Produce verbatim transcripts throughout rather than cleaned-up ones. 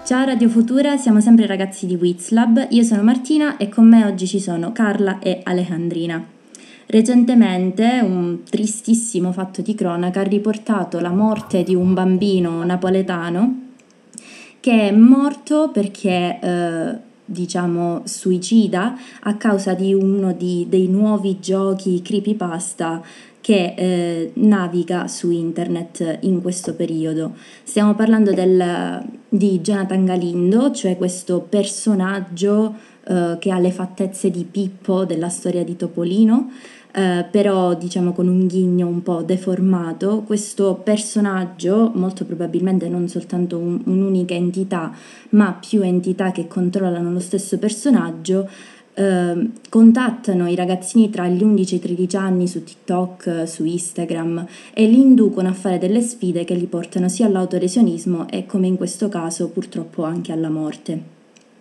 Ciao Radio Futura, siamo sempre ragazzi di Wizlab, io sono Martina e con me oggi ci sono Carla e Alejandrina. Recentemente un tristissimo fatto di cronaca ha riportato la morte di un bambino napoletano che è morto perché, eh, diciamo, suicida a causa di uno di- dei nuovi giochi creepypasta che eh, naviga su internet in questo periodo. Stiamo parlando del- di Jonathan Galindo, cioè questo personaggio eh, che ha le fattezze di Pippo della storia di Topolino, eh, però diciamo con un ghigno un po' deformato. Questo personaggio, molto probabilmente non soltanto un- un'unica entità, ma più entità che controllano lo stesso personaggio, eh, contattano i ragazzini tra gli undici e i tredici anni su TikTok, eh, su Instagram e li inducono a fare delle sfide che li portano sia all'autolesionismo e, come in questo caso, purtroppo anche alla morte.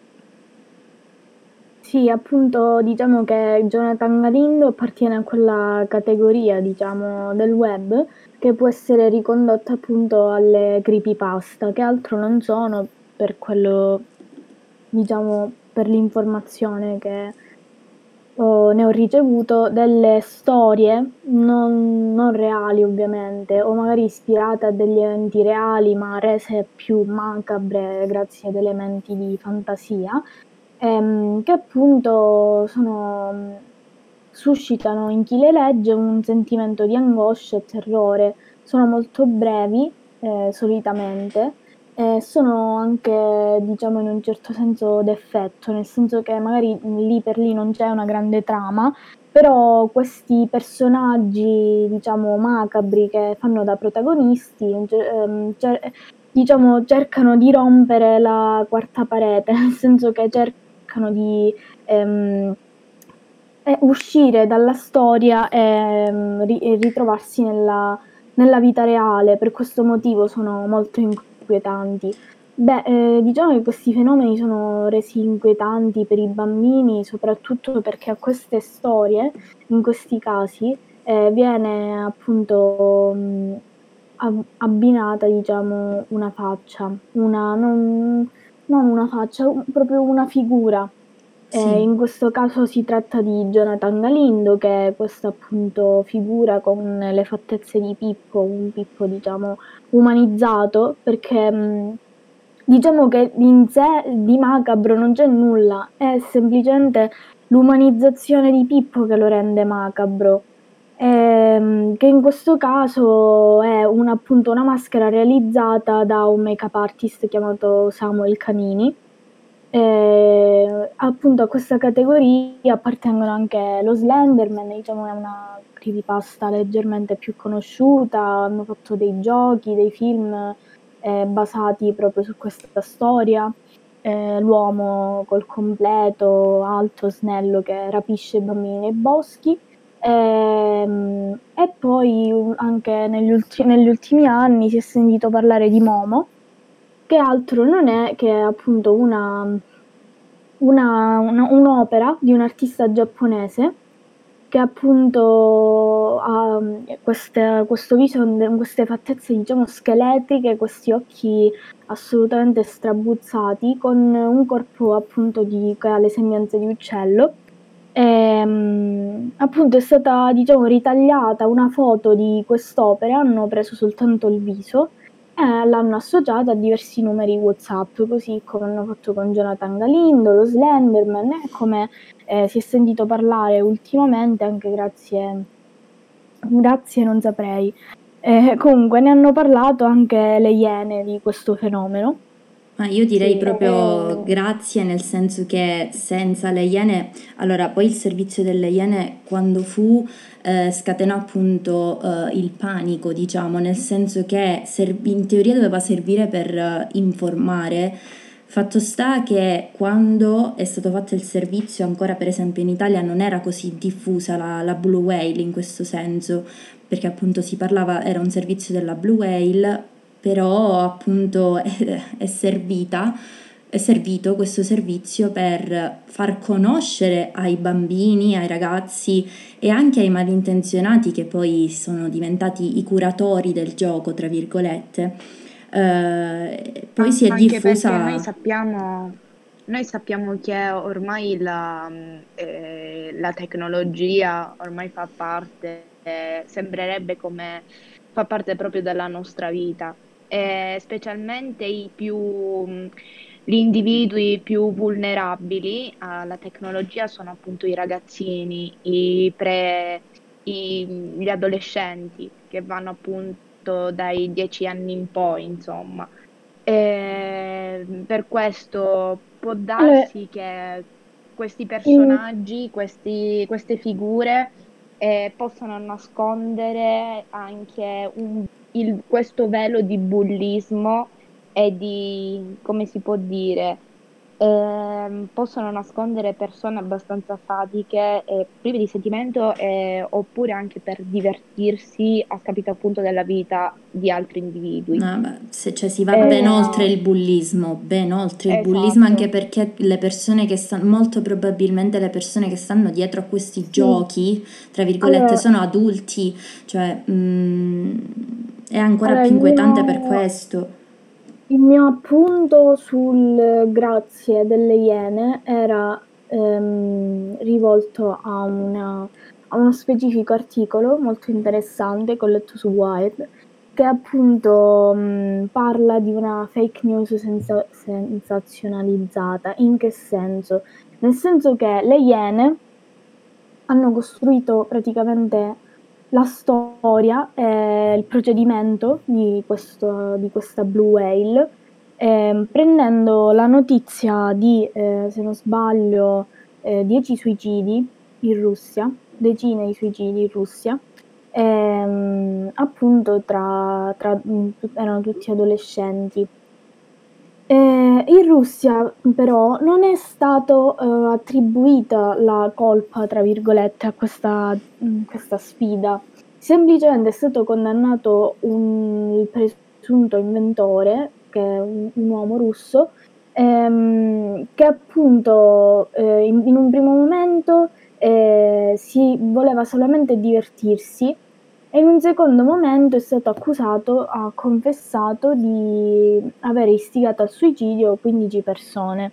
Sì, appunto, diciamo che Jonathan Galindo appartiene a quella categoria, diciamo, del web che può essere ricondotta appunto alle creepypasta, che altro non sono per quello, diciamo, per l'informazione che ho- ne ho ricevuto, delle storie non, non reali ovviamente, o magari ispirate a degli eventi reali, ma rese più macabre grazie ad elementi di fantasia ehm, che appunto sono, mh, suscitano in chi le legge un sentimento di angoscia e terrore. Sono molto brevi, eh, solitamente, e sono anche, diciamo, in un certo senso d'effetto, nel senso che magari lì per lì non c'è una grande trama, però questi personaggi, diciamo, macabri che fanno da protagonisti, ehm, cer- diciamo, cercano di rompere la quarta parete, nel senso che cercano di ehm, eh, uscire dalla storia e, mm, ri- e ritrovarsi nella, nella vita reale. Per questo motivo sono molto inquietanti. Beh, eh, diciamo che questi fenomeni sono resi inquietanti per i bambini, soprattutto perché a queste storie, in questi casi, eh, viene appunto mh, ab- abbinata, diciamo, una faccia, una, non, non una faccia, un- proprio una figura. Eh, Sì. in questo caso si tratta di Jonathan Galindo, che è questa appunto figura con le fattezze di Pippo, un Pippo diciamo umanizzato, perché mh, diciamo che in sé di macabro non c'è nulla, è semplicemente l'umanizzazione di Pippo che lo rende macabro. Ehm, che in questo caso è un, appunto una maschera realizzata da un make-up artist chiamato Samuel Canini. E, appunto a questa categoria appartengono anche lo Slenderman, diciamo è una creepypasta leggermente più conosciuta, hanno fatto dei giochi, dei film eh, basati proprio su questa storia. Eh, l'uomo col completo, alto, snello, che rapisce i bambini nei boschi. Ehm, e poi uh, anche negli, ulti- negli ultimi anni si è sentito parlare di Momo, che altro non è che appunto una, una- una- un'opera di un artista giapponese che appunto ha mm, queste, questo viso, con queste fattezze diciamo scheletriche, questi occhi assolutamente strabuzzati, con un corpo appunto di, che ha le sembianze di uccello. E, mm, appunto è stata diciamo ritagliata una foto di quest'opera, hanno preso soltanto il viso e l'hanno associata a diversi numeri WhatsApp, così come hanno fatto con Jonathan Galindo, lo Slenderman, e come eh, si è sentito parlare ultimamente anche grazie, grazie non saprei. Eh, comunque ne hanno parlato anche le Iene di questo fenomeno. Ma io direi Sì, proprio eh, grazie, nel senso che senza le Iene, allora poi il servizio delle Iene quando fu eh, scatenò appunto eh, il panico, diciamo, nel senso che serv- in teoria doveva servire per eh, informare. Fatto sta che quando è stato fatto il servizio, ancora per esempio in Italia non era così diffusa la, la Blue Whale in questo senso, perché appunto si parlava, era un servizio della Blue Whale, però appunto è, è servita, è servito questo servizio per far conoscere ai bambini, ai ragazzi e anche ai malintenzionati che poi sono diventati i curatori del gioco, tra virgolette, Eh, poi si è Anche perché noi diffusa. sappiamo, noi sappiamo che ormai la, mh, eh, la tecnologia ormai fa parte, eh, sembrerebbe come fa parte proprio della nostra vita, e specialmente i più, mh, gli individui più vulnerabili alla tecnologia sono appunto i ragazzini, i pre, i- gli adolescenti che vanno appunto dai dieci anni in poi, insomma. E per questo può Allora, darsi che questi il- personaggi, questi- queste figure eh, possano nascondere anche un- il- questo velo di bullismo e di, come si può dire, ehm, possono nascondere persone abbastanza sadiche e prive di sentimento eh, oppure anche per divertirsi a scapito appunto della vita di altri individui. No, beh, se, cioè, si va ben oltre Eh, il bullismo, ben oltre il bullismo, anche esatto. perché le persone che stanno, molto probabilmente le persone che stanno dietro a questi sì, giochi, tra virgolette, allora, sono adulti, cioè mm, è ancora allora, più il inquietante per mio, questo. il mio appunto sul grazie delle Iene era ehm, rivolto a, una- a uno specifico articolo molto interessante che ho letto su Wired, che appunto mh, parla di una fake news senza- sensazionalizzata. In che senso? Nel senso che le Iene hanno costruito praticamente la storia e il procedimento di, questo, di questa Blue Whale, ehm, prendendo la notizia di, eh, se non sbaglio, eh, dieci suicidi in Russia, decine di suicidi in Russia, ehm, appunto tra, tra- erano tutti adolescenti. Ehm, in Russia però non è stato, uhm, attribuita la "colpa" tra virgolette a questa mhmm, questa sfida. Semplicemente è stato condannato un il presunto inventore, che è un un uomo russo, ehm, che appunto, ehm, in in un primo momento, ehm, si voleva solamente divertirsi e in un secondo momento è stato accusato ha confessato di avere istigato al suicidio quindici persone.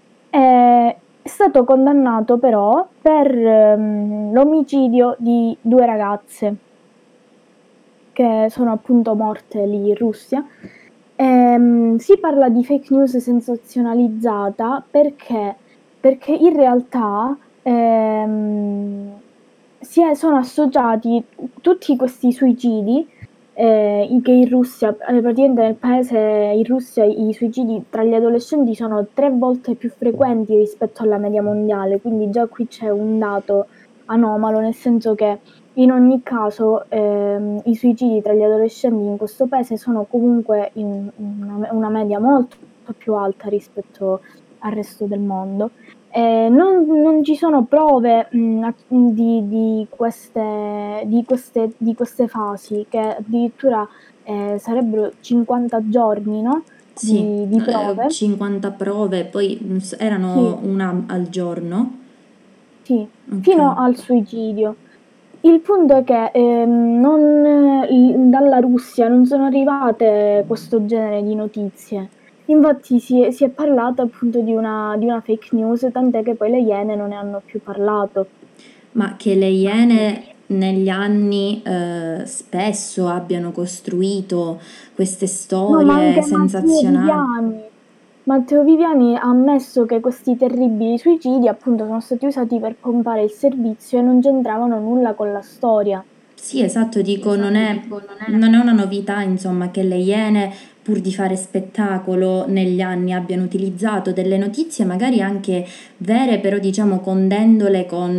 È stato condannato però per, mhmm, l'omicidio di due ragazze che sono appunto morte lì in Russia. Ehm, si parla di fake news sensazionalizzata perché perché in realtà, ehm, si è sono associati tutti questi suicidi, ehm, in che in Russia ehm, praticamente nel paese in Russia i suicidi tra gli adolescenti sono tre volte più frequenti rispetto alla media mondiale, quindi già qui c'è un dato anomalo, nel senso che in ogni caso, ehm, i suicidi tra gli adolescenti in questo paese sono comunque in una una media molto più alta rispetto al resto del mondo. Ehm, non non ci sono prove, mhmm, a di di queste di queste di queste fasi che addirittura, ehm, sarebbero cinquanta giorni, no, Sì, di di eh, prove. cinquanta prove, poi mm, s- Sì. erano una al giorno. Sì, Ok. fino al suicidio. Il punto è che, ehm, non i dalla Russia non sono arrivate questo genere di notizie. Infatti si è si è parlato appunto di una di una fake news, tant'è che poi le Iene non ne hanno più parlato. Ma che le Iene negli anni eh, spesso abbiano costruito queste No, ma storie anche Matteo sensazionali. Viviani. Matteo Viviani ha ammesso che questi terribili suicidi appunto sono stati usati per pompare il servizio e non c'entravano nulla con la storia. Sì, esatto, dico, non è, non è una novità, insomma, che le Iene, pur di fare spettacolo, negli anni abbiano utilizzato delle notizie magari anche vere, però diciamo condendole con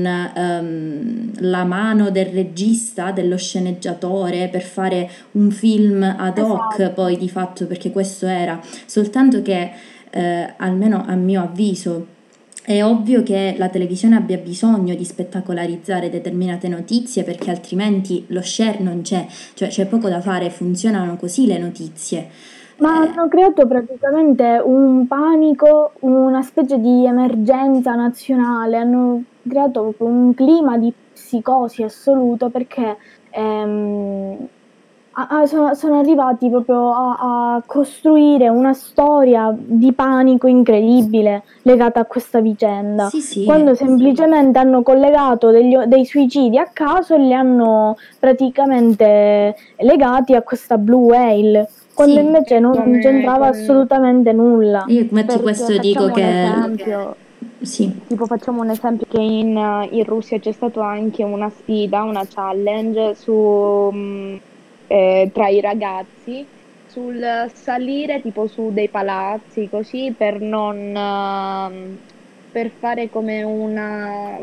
ehm, la mano del regista, dello sceneggiatore, per fare un film ad hoc, Esatto. poi di fatto, perché questo era, soltanto che, eh, almeno a mio avviso, è ovvio che la televisione abbia bisogno di spettacolarizzare determinate notizie perché altrimenti lo share non c'è, cioè c'è poco da fare, funzionano così le notizie. Ma Eh, hanno creato praticamente un panico, una specie di emergenza nazionale, hanno creato proprio un clima di psicosi assoluto perché ehm, a- a- sono, sono arrivati proprio a, a costruire una storia di panico incredibile legata a questa vicenda, Sì, sì, quando semplicemente hanno collegato degli- dei suicidi a caso e li hanno praticamente legati a questa Blue Whale, quando sì. invece non Come c'entrava con... assolutamente nulla. Io infatti Perché questo dico facciamo un che esempio, sì, tipo facciamo un esempio che in, in Russia c'è stata anche una sfida, una challenge su, mh, eh, tra i ragazzi sul salire tipo su dei palazzi così per non, ehm, per fare come una,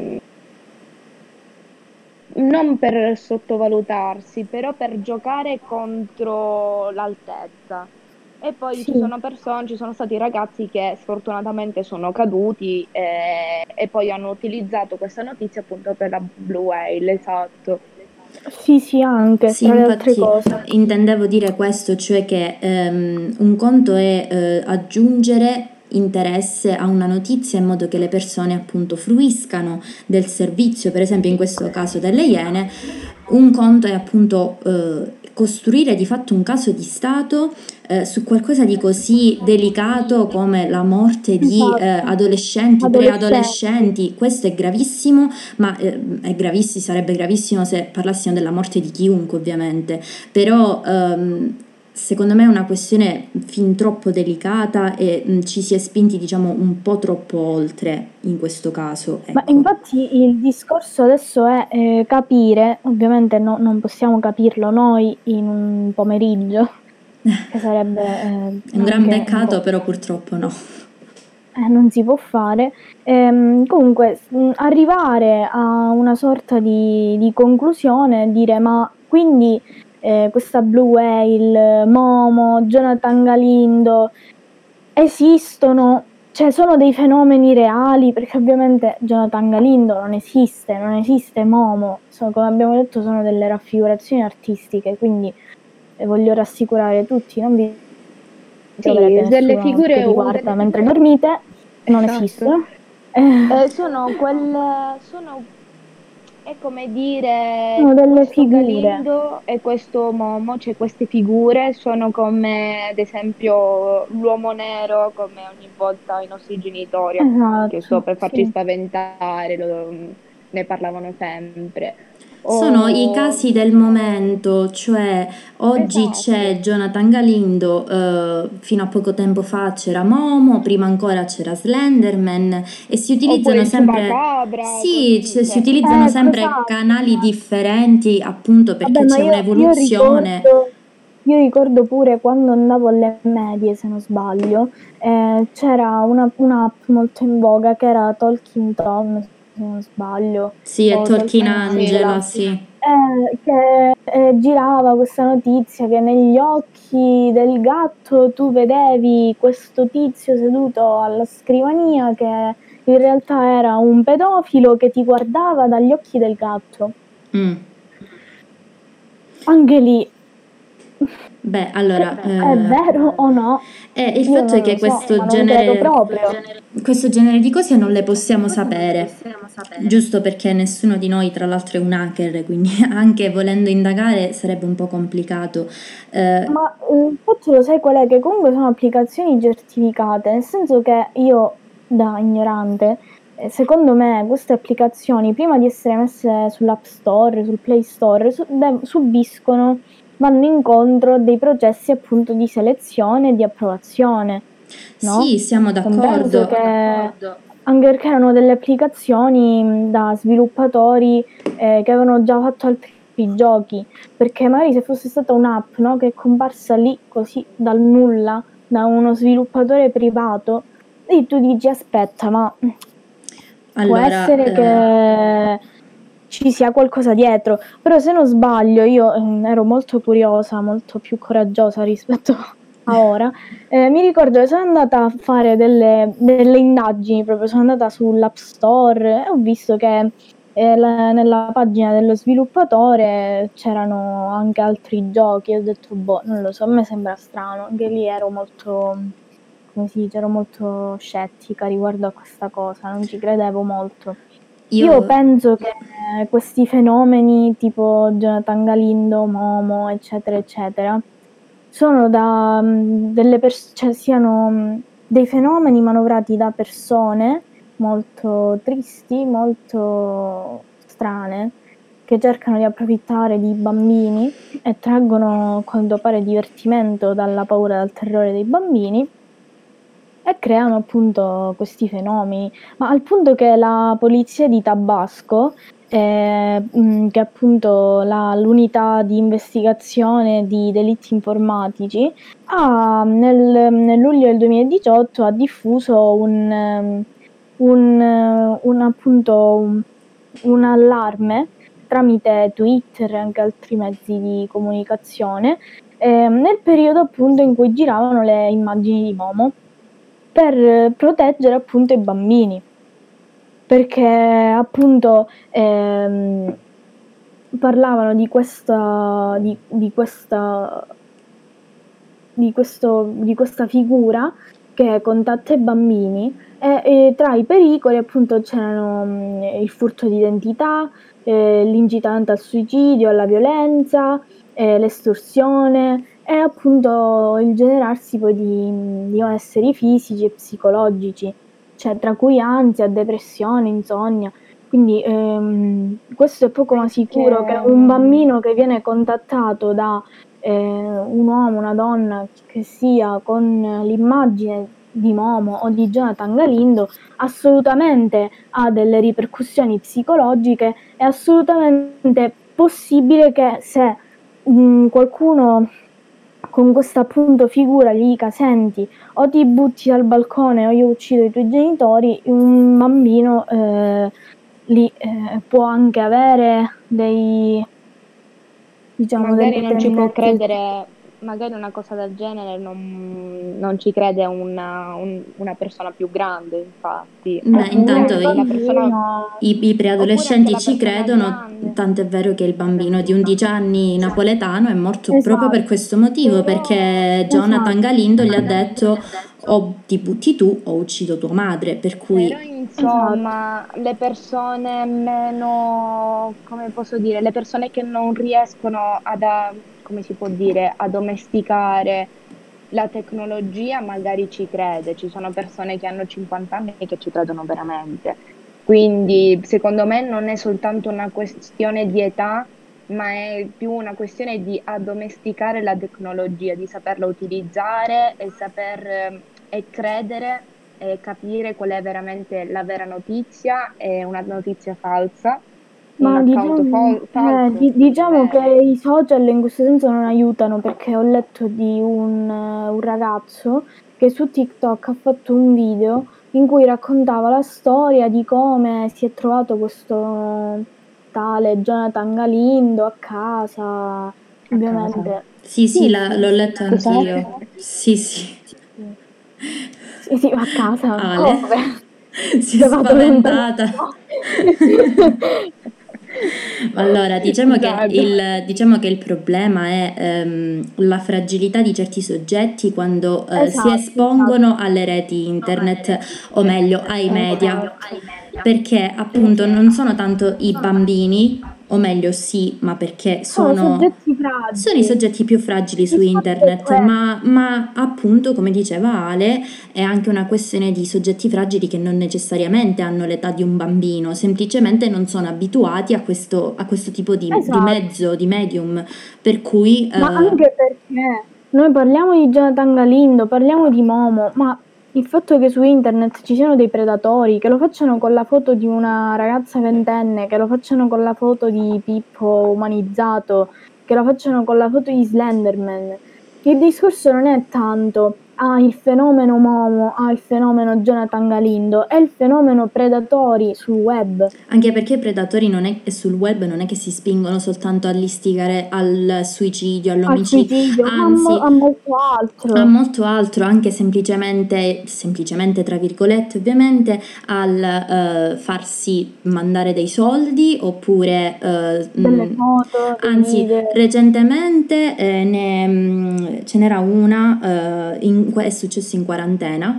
non per sottovalutarsi, però per giocare contro l'altezza. E poi ci Sì. sono persone, ci sono stati ragazzi che sfortunatamente sono caduti eh, e poi hanno utilizzato questa notizia appunto per la Blue Whale, esatto. Sì, sì, anche, sì, tra le altre infatti cose. intendevo dire questo, cioè che ehm, un conto è eh, aggiungere interesse a una notizia in modo che le persone appunto fruiscano del servizio, per esempio in questo caso delle Iene, un conto è appunto eh, costruire di fatto un caso di Stato eh, su qualcosa di così delicato come la morte di eh, Esatto. adolescenti, Adolescenti. preadolescenti. Questo è gravissimo, ma eh, è gravissimo, sarebbe gravissimo se parlassimo della morte di chiunque ovviamente, però ehm, secondo me è una questione fin troppo delicata e mh, ci si è spinti diciamo un po' troppo oltre in questo caso, Ma ecco. infatti il discorso adesso è eh, capire, ovviamente no- non possiamo capirlo noi in un pomeriggio, che sarebbe eh, È un gran anche un peccato, po'... però purtroppo no. eh, non si può fare. Ehm, comunque, mh, arrivare a una sorta di, di conclusione, dire ma quindi eh, questa Blue Whale, Momo, Jonathan Galindo esistono, cioè sono dei fenomeni reali, perché ovviamente Jonathan Galindo non esiste, non esiste Momo, sono, come abbiamo detto sono delle raffigurazioni artistiche, quindi eh, voglio rassicurare tutti, non vi troverete Sì, delle nessuno che figure vi u- guarda mentre dormite, non esatto. esistono. Eh, Eh, sono quelle, sono, è come dire, sono delle questo figure, Galindo e questo Momo, cioè queste figure sono come, ad esempio, l'uomo nero, come ogni volta i nostri genitori, che sto esatto, per farci sì. spaventare, lo- ne parlavano sempre. Sono i O, casi del momento, cioè oggi c'è esatto. Jonathan Galindo, eh, fino a poco tempo fa c'era Momo, prima ancora c'era Slenderman e si Oppure utilizzano il sempre, chupacabra, sì, così, c- si cioè, utilizzano Ecco, sempre esatto. canali differenti appunto Vabbè, perché ma c'è io, io un'evoluzione. ricordo, io ricordo pure quando andavo alle medie, se non sbaglio, eh, c'era una, un'app molto in voga che era Talking Tom, se non sbaglio, Sì, è o Talking Talking ah sì, Angela, Angela, sì. eh, che eh, girava questa notizia che negli occhi del gatto tu vedevi questo tizio seduto alla scrivania che in realtà era un pedofilo che ti guardava dagli occhi del gatto. Mm. Anche lì, Beh, allora, è eh, vero o no? eh, il Io fatto è non lo che so, questo ma non credo genere, proprio. questo genere di cose non le possiamo sapere, giusto perché nessuno di noi, tra l'altro, è un hacker, quindi anche volendo indagare sarebbe un po' complicato. Eh, Ma eh, infatti lo sai qual è? Che comunque sono applicazioni certificate, nel senso che io, da ignorante, eh, secondo me queste applicazioni, prima di essere messe sull'App Store, sul Play Store, su- dev- subiscono, vanno incontro a dei processi appunto di selezione e di approvazione, no? sì, siamo Non penso d'accordo. che, anche perché erano delle applicazioni mh, da sviluppatori eh, che avevano già fatto altri giochi, perché magari se fosse stata un'app, no, che è comparsa lì così dal nulla, da uno sviluppatore privato, lì tu dici aspetta, ma può Allora, essere eh, che ci sia qualcosa dietro, però se non sbaglio io eh, ero molto curiosa, molto più coraggiosa rispetto a ora. Eh, mi ricordo che sono andata a fare delle, delle indagini, proprio sono andata sull'App Store e ho visto che eh, la- nella pagina dello sviluppatore c'erano anche altri giochi. Ho detto, boh, non lo so, a me sembra strano. Anche lì ero molto, come si dice, ero molto scettica riguardo a questa cosa, non ci credevo molto. Io Io penso che questi fenomeni tipo Jonathan Galindo, Momo, eccetera, eccetera, sono da mh, delle pers- cioè siano mh, dei fenomeni manovrati da persone molto tristi, molto strane, che cercano di approfittare di bambini e traggono, a quanto pare, divertimento dalla paura e dal terrore dei bambini e creano appunto questi fenomeni, ma al punto che la polizia di Tabasco, eh, mh, che è appunto la- l'unità di investigazione di delitti informatici, ha nel, nel luglio del duemiladiciotto ha diffuso un, ehm, un, eh, un, appunto, un, un allarme tramite Twitter e anche altri mezzi di comunicazione, eh, nel periodo appunto in cui giravano le immagini di Momo per proteggere appunto i bambini, perché appunto ehm, parlavano di questa, di, di questa, di questo, di questa figura che contatta i bambini e, e tra i pericoli appunto c'erano mh, il furto di identità, eh, l'incitamento al suicidio, alla violenza, eh, l'estorsione e appunto il generarsi poi di, di malesseri fisici e psicologici, cioè tra cui ansia, depressione, insonnia. Quindi ehm, questo è poco ma sicuro che un bambino che viene contattato da eh, un uomo, una donna che sia con l'immagine di Momo o di Jonathan Galindo assolutamente ha delle ripercussioni psicologiche, è assolutamente possibile che se mh, qualcuno con questa appunto figura gli dica senti o ti butti dal balcone o io uccido i tuoi genitori, un bambino eh, lì eh, può anche avere dei diciamo Magari delle non ci può tendinette. credere, magari una cosa del genere non, non ci crede una, un- una persona più grande, infatti. Beh, Eppure Oppure il intanto la i, persona, bambino i- i oppure anche preadolescenti la ci persona credono, grande. tanto è vero che il bambino di undici anni napoletano è morto proprio per esatto, questo motivo, Però, perché Jonathan esatto, Galindo gli ha detto o ti butti tu o uccido tua madre, per però, cui esatto. insomma, le persone meno, come posso dire, le persone che non riescono ad, a- come si può dire, a domesticare la tecnologia magari ci crede. Ci sono persone che hanno cinquanta anni che ci credono veramente. Quindi, secondo me, non è soltanto una questione di età, ma è più una questione di addomesticare la tecnologia, di saperla utilizzare e saper eh, e credere e capire qual è veramente la vera notizia e una notizia falsa, un Ma account diciamo, fal- eh, falso di- e diciamo che vero. i social in questo senso non aiutano perché ho letto di un, eh, un ragazzo che su TikTok ha fatto un video in cui raccontava la storia di come si è trovato questo tale Jonathan Galindo a casa, A casa. ovviamente. sì, sì, Sì, la- sì, l'ho letto Scusate. anch'io. Sì, sì. sì, sì, sì, a casa, Ale come? si è Sei vado spaventata. lontanissimo. Allora, diciamo che Scusate. il, diciamo che il problema è ehm, la fragilità di certi soggetti quando eh, si Esatto, esatto. espongono alle reti internet, o meglio ai media, Esatto. perché appunto non sono tanto i bambini, o meglio sì, ma perché Sono sono, soggetti sono i fragili. soggetti più fragili su Il fatto è internet, questo. ma, ma appunto, come diceva Ale, è anche una questione di soggetti fragili che non necessariamente hanno l'età di un bambino, semplicemente non sono abituati a questo, a questo tipo di, di Esatto. mezzo, di medium, per cui Ma eh, anche perché noi parliamo di Jonathan Galindo, parliamo di Momo, ma il fatto che su internet ci siano dei predatori, che lo facciano con la foto di una ragazza ventenne, che lo facciano con la foto di Pippo umanizzato, che lo facciano con la foto di Slenderman. Il discorso non è tanto ah, il fenomeno Momo, ah, il fenomeno Jonathan Galindo, è il fenomeno predatori sul web. anche perché i predatori non è, sul web non è che si spingono soltanto all'istigare al suicidio, Al all'omicidio, suicidio, ma a, mo- anzi a molto a altro. molto altro, anche semplicemente, semplicemente tra virgolette ovviamente, al eh, farsi mandare dei soldi oppure, eh, Delle mh, foto, dei anzi, video. recentemente eh, ne, mh, ce n'era una, eh, in- è successo in quarantena,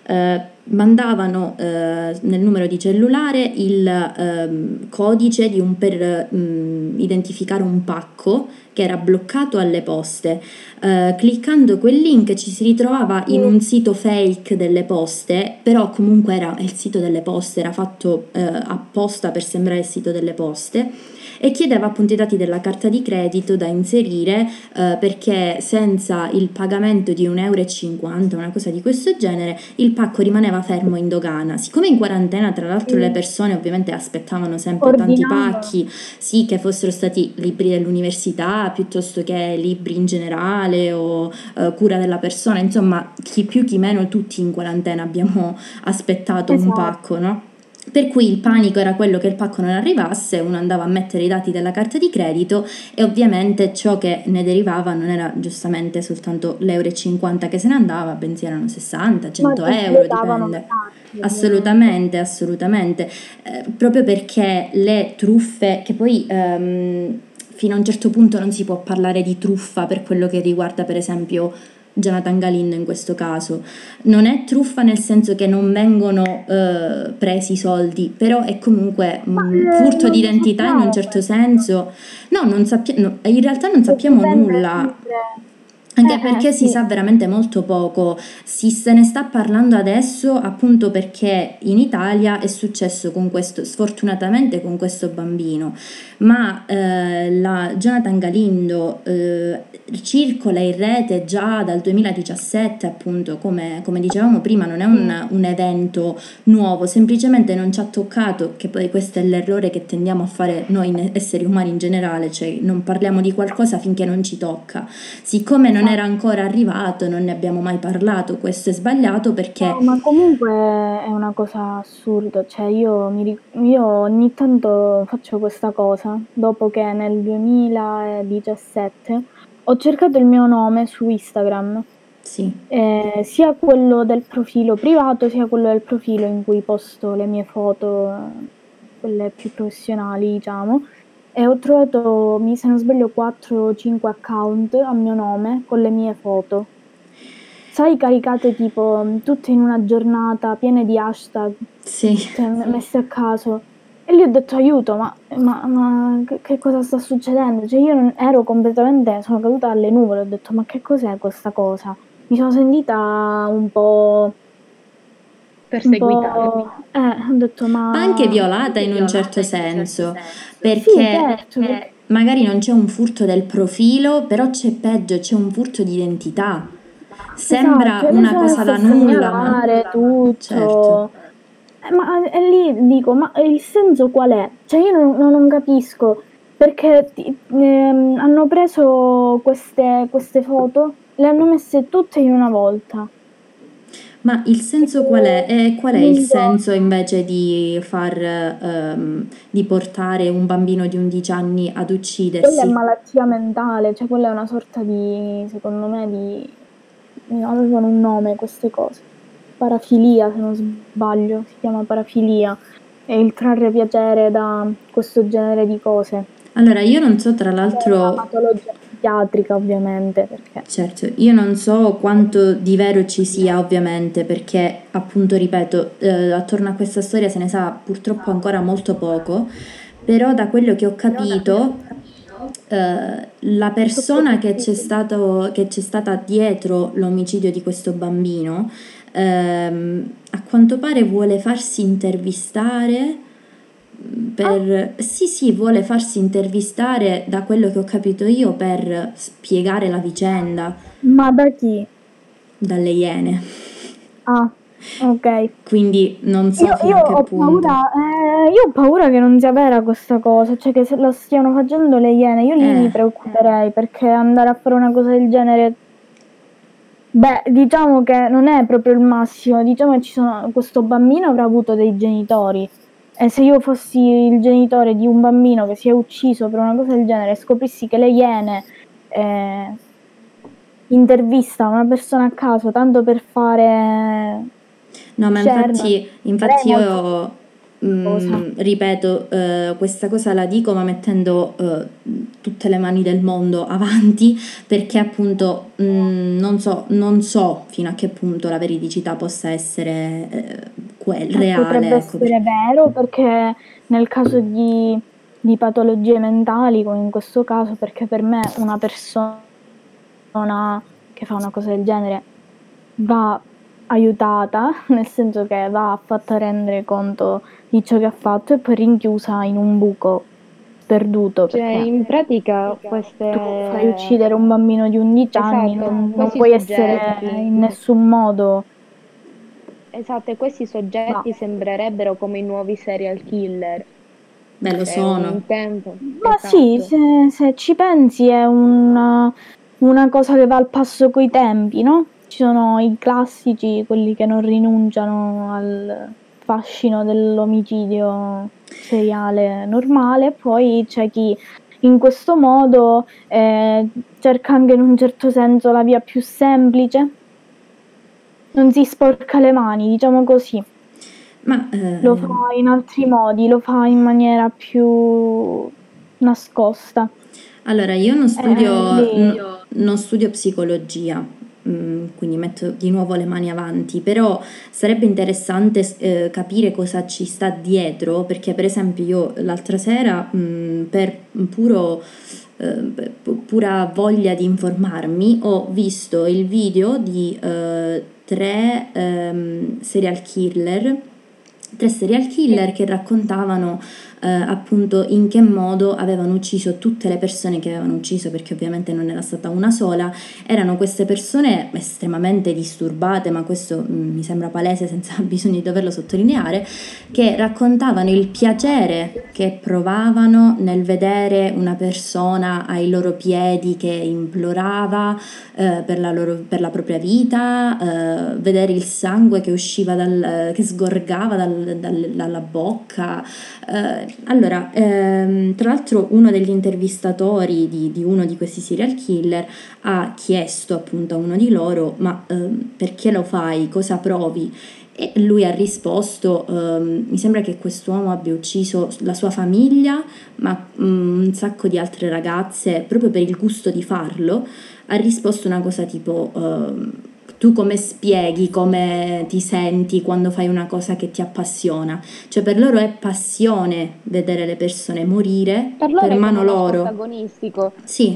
eh, mandavano eh, nel numero di cellulare il ehm, codice di un, per mh, identificare un pacco che era bloccato alle poste. Eh, cliccando quel link ci si ritrovava in un sito fake delle poste, però comunque era il sito delle poste, era fatto eh, apposta per sembrare il sito delle poste, e chiedeva appunto i dati della carta di credito da inserire, eh, perché senza il pagamento di un euro e cinquanta, una cosa di questo genere, il pacco rimaneva fermo in dogana. Siccome in quarantena, tra l'altro, Sì. le persone ovviamente aspettavano sempre tanti Ordinava. pacchi, sì, che fossero stati libri dell'università piuttosto che libri in generale o eh, cura della persona, insomma, chi più chi meno, tutti in quarantena abbiamo aspettato un Esatto. pacco, no? Per cui il panico era quello che il pacco non arrivasse, uno andava a mettere i dati della carta di credito e ovviamente ciò che ne derivava non era giustamente soltanto l'euro e cinquanta che se ne andava, bensì erano sessanta, cento Ma euro, davano dipende. tanti, Assolutamente, assolutamente, eh, proprio perché le truffe, che poi ehm, fino a un certo punto non si può parlare di truffa per quello che riguarda per esempio Jonathan Galindo in questo caso. Non è truffa nel senso che non vengono eh, presi i soldi, però è comunque Ma mh, eh, furto non di lo identità in un sappiamo certo questo, senso. No, non sappiamo, in realtà non che sappiamo dipende nulla. sempre. Anche Eh, eh, perché si sì, sa veramente molto poco, si se ne sta parlando adesso appunto perché in Italia è successo con questo, sfortunatamente con questo bambino, ma eh, la Jonathan Galindo eh, circola in rete già dal duemiladiciassette, appunto, come, come dicevamo prima, non è un, un evento nuovo, semplicemente non ci ha toccato, che poi questo è l'errore che tendiamo a fare noi esseri umani in generale, cioè non parliamo di qualcosa finché non ci tocca. Siccome non era ancora arrivato, non ne abbiamo mai parlato, questo è sbagliato perché... No, ma comunque è una cosa assurda, cioè io, mi, ric- io ogni tanto faccio questa cosa, dopo che nel duemiladiciassette ho cercato il mio nome su Instagram, Sì, eh, sia quello del profilo privato, sia quello del profilo in cui posto le mie foto, eh, quelle più professionali, diciamo, e ho trovato, mi se non sbaglio, quattro o cinque account a mio nome con le mie foto. Sai, caricate tipo mh, tutte in una giornata, piene di hashtag, sì. cioè m- messe a caso. E lì ho detto aiuto, ma, ma- ma che, che cosa sta succedendo? Cioè io non ero completamente, sono caduta dalle nuvole, ho detto ma che cos'è questa cosa? Mi sono sentita un po', un Perseguitata. po', eh, ho detto Ma anche ma violata in un certo senso, sì, perché certo, perché magari non c'è un furto del profilo, però c'è peggio, c'è un furto di identità. Sembra esatto, e lei si una è cosa messa a da nulla, ma segnalare certo. tutto. Eh, ma e lì dico, ma il senso qual è? Cioè io non, non- non capisco, perché ti- ehm, hanno preso queste, queste foto, le hanno messe tutte in una volta. Ma il senso qual è? Tipo, E qual è in il un senso giorno. invece di far, ehm, di portare un bambino di undici anni ad Quella è uccidersi? malattia mentale, cioè quella è una sorta di, secondo me, di... avevano un nome queste cose. Parafilia, se non sbaglio, si chiama parafilia. È il trarre piacere da questo genere di cose. Allora, io non so tra È una l'altro. patologia psichiatrica, ovviamente, perché Certo, io non so quanto di vero ci sia ovviamente perché appunto ripeto, eh, attorno a questa storia se ne sa purtroppo ancora molto poco, però da quello che ho capito eh, la sotto persona che c'è profilo. stato, che c'è stata dietro l'omicidio di questo bambino ehm, a quanto pare vuole farsi intervistare Ah, per... Sì, sì, vuole farsi intervistare da quello che ho capito io per spiegare la vicenda ma da chi? dalle Iene. Ah, ok. Quindi non so Io, fino io a che ho punto. paura, eh, io ho paura che non sia vera questa cosa, cioè che se lo stiano facendo le Iene, io lì Eh, mi preoccuperei perché andare a fare una cosa del genere, beh, diciamo che non è proprio il massimo, diciamo che ci sono, questo bambino avrà avuto dei genitori e se io fossi il genitore di un bambino che si è ucciso per una cosa del genere e scoprissi che le Iene eh, intervista una persona a caso tanto per fare no, ma share, infatti, sarei infatti molto io curiosa. mm, ripeto, eh, questa cosa la dico ma mettendo eh, tutte le mani del mondo avanti, perché appunto mh, non so, non so fino a che punto la veridicità possa essere eh, quel, reale. Potrebbe ecco, per- essere vero, perché nel caso di, di patologie mentali, come in questo caso, perché per me una persona che fa una cosa del genere va aiutata, nel senso che va fatta rendere conto di ciò che ha fatto e poi rinchiusa in un buco perduto, Cioè, perché in pratica tu fai queste... uccidere un bambino di undici anni, Esatto, non, non questi puoi essere soggetti, in nessun modo... esatto, e questi Ma, soggetti sembrerebbero come i nuovi serial killer. Beh, lo Cioè, un sono. tempo, ma sì, esatto. se, se ci pensi è una, una cosa che va al passo coi tempi, no? Ci sono i classici, quelli che non rinunciano al fascino dell'omicidio seriale normale, e poi c'è chi in questo modo eh, cerca anche in un certo senso la via più semplice, non si sporca le mani, diciamo così. Ma eh, Lo fa in altri modi, lo fa in maniera più nascosta. allora, io non Eh, studio, quindi n- non studio psicologia, mm, quindi metto di nuovo le mani avanti, però sarebbe interessante eh, capire cosa ci sta dietro, perché per esempio io l'altra sera, mm, per puro, eh, pu- pura voglia di informarmi, ho visto il video di eh, tre ehm, serial killer, tre serial killer che raccontavano eh, appunto in che modo avevano ucciso tutte le persone che avevano ucciso, perché ovviamente non era stata una sola. Erano queste persone estremamente disturbate, ma questo mm, mi sembra palese senza bisogno di doverlo sottolineare, che raccontavano il piacere che provavano nel vedere una persona ai loro piedi che implorava eh, per la loro, per la propria vita, eh, vedere il sangue che usciva dal, che sgorgava dal- dal- dalla bocca. Eh, allora, ehm, tra l'altro uno degli intervistatori di, di uno di questi serial killer ha chiesto appunto a uno di loro: ma ehm, perché lo fai? Cosa provi? E lui ha risposto: ehm, mi sembra che quest'uomo abbia ucciso la sua famiglia, ma mm, un sacco di altre ragazze proprio per il gusto di farlo. Ha risposto una cosa tipo: ehm, tu come spieghi, come ti senti quando fai una cosa che ti appassiona? Cioè per loro è passione vedere le persone morire Per loro per è come mano uno sport loro. agonistico. Sì,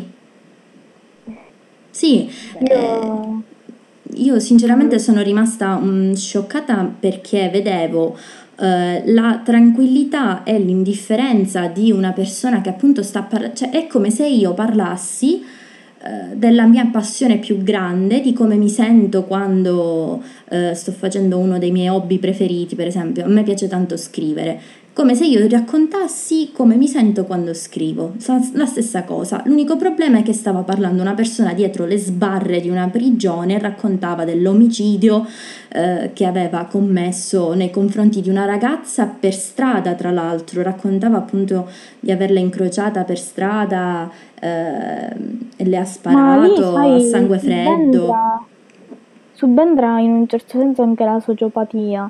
sì, eh, io io sinceramente sono rimasta mm, scioccata perché vedevo eh, la tranquillità e l'indifferenza di una persona che appunto sta parlando, cioè è come se io parlassi eh, della mia passione più grande, di come mi sento quando eh, sto facendo uno dei miei hobby preferiti, per esempio, a me piace tanto scrivere. Come se io raccontassi come mi sento quando scrivo, Sa- la stessa cosa. L'unico problema è che stava parlando una persona dietro le sbarre di una prigione e raccontava dell'omicidio eh, che aveva commesso nei confronti di una ragazza per strada, tra l'altro. Raccontava appunto di averla incrociata per strada eh, e le ha Ma lì, sparato a sai, sangue freddo. subentra, subentra in un certo senso anche la sociopatia.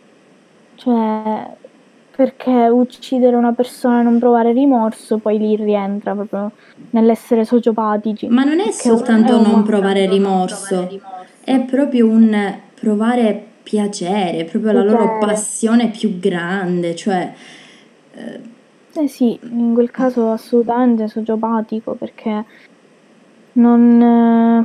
Cioè, perché uccidere una persona e non provare rimorso, poi lì rientra proprio nell'essere sociopatici. Ma non è Perché un- è soltanto non umano. provare rimorso, è proprio un provare piacere, è proprio la loro Piacere. passione più grande, cioè eh, Eh sì, in quel caso assolutamente sociopatico, perché non, eh,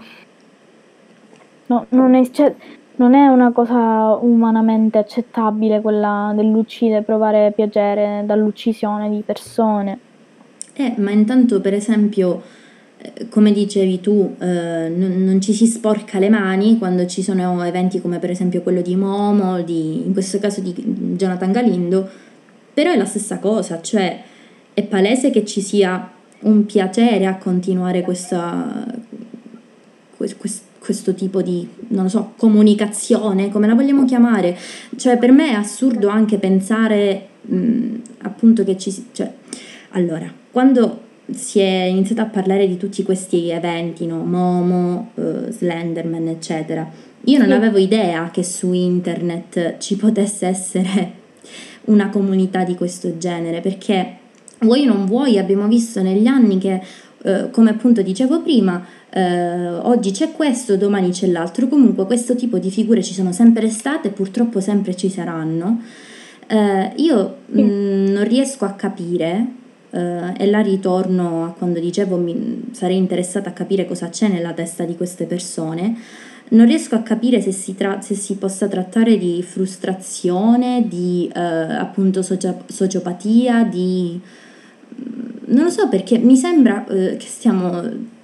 no, non è, cioè, non è una cosa umanamente accettabile quella dell'uccidere, provare piacere dall'uccisione di persone. eh, ma intanto per esempio, eh, come dicevi tu, eh, non, non ci si sporca le mani quando ci sono eventi come per esempio quello di Momo, di, in questo caso di Jonathan Galindo, però è la stessa cosa, cioè è palese che ci sia un piacere a continuare questa, que- quest- questo tipo di, non lo so, comunicazione, come la vogliamo chiamare. Cioè per me è assurdo anche pensare mh, appunto che ci si... Cioè, allora, quando si è iniziato a parlare di tutti questi eventi, no? Momo, eh, Slenderman, eccetera, io non Sì. avevo idea che su internet ci potesse essere una comunità di questo genere, perché vuoi o non vuoi, abbiamo visto negli anni che, eh, come appunto dicevo prima, eh, oggi c'è questo, domani c'è l'altro. Comunque questo tipo di figure ci sono sempre state e purtroppo sempre ci saranno. Eh, io mh, non riesco a capire, eh, e là ritorno a quando dicevo mi sarei interessata a capire cosa c'è nella testa di queste persone. Non riesco a capire se si, tra- se si possa trattare di frustrazione, di eh, appunto socia- sociopatia, di non lo so, perché mi sembra eh, che stiamo,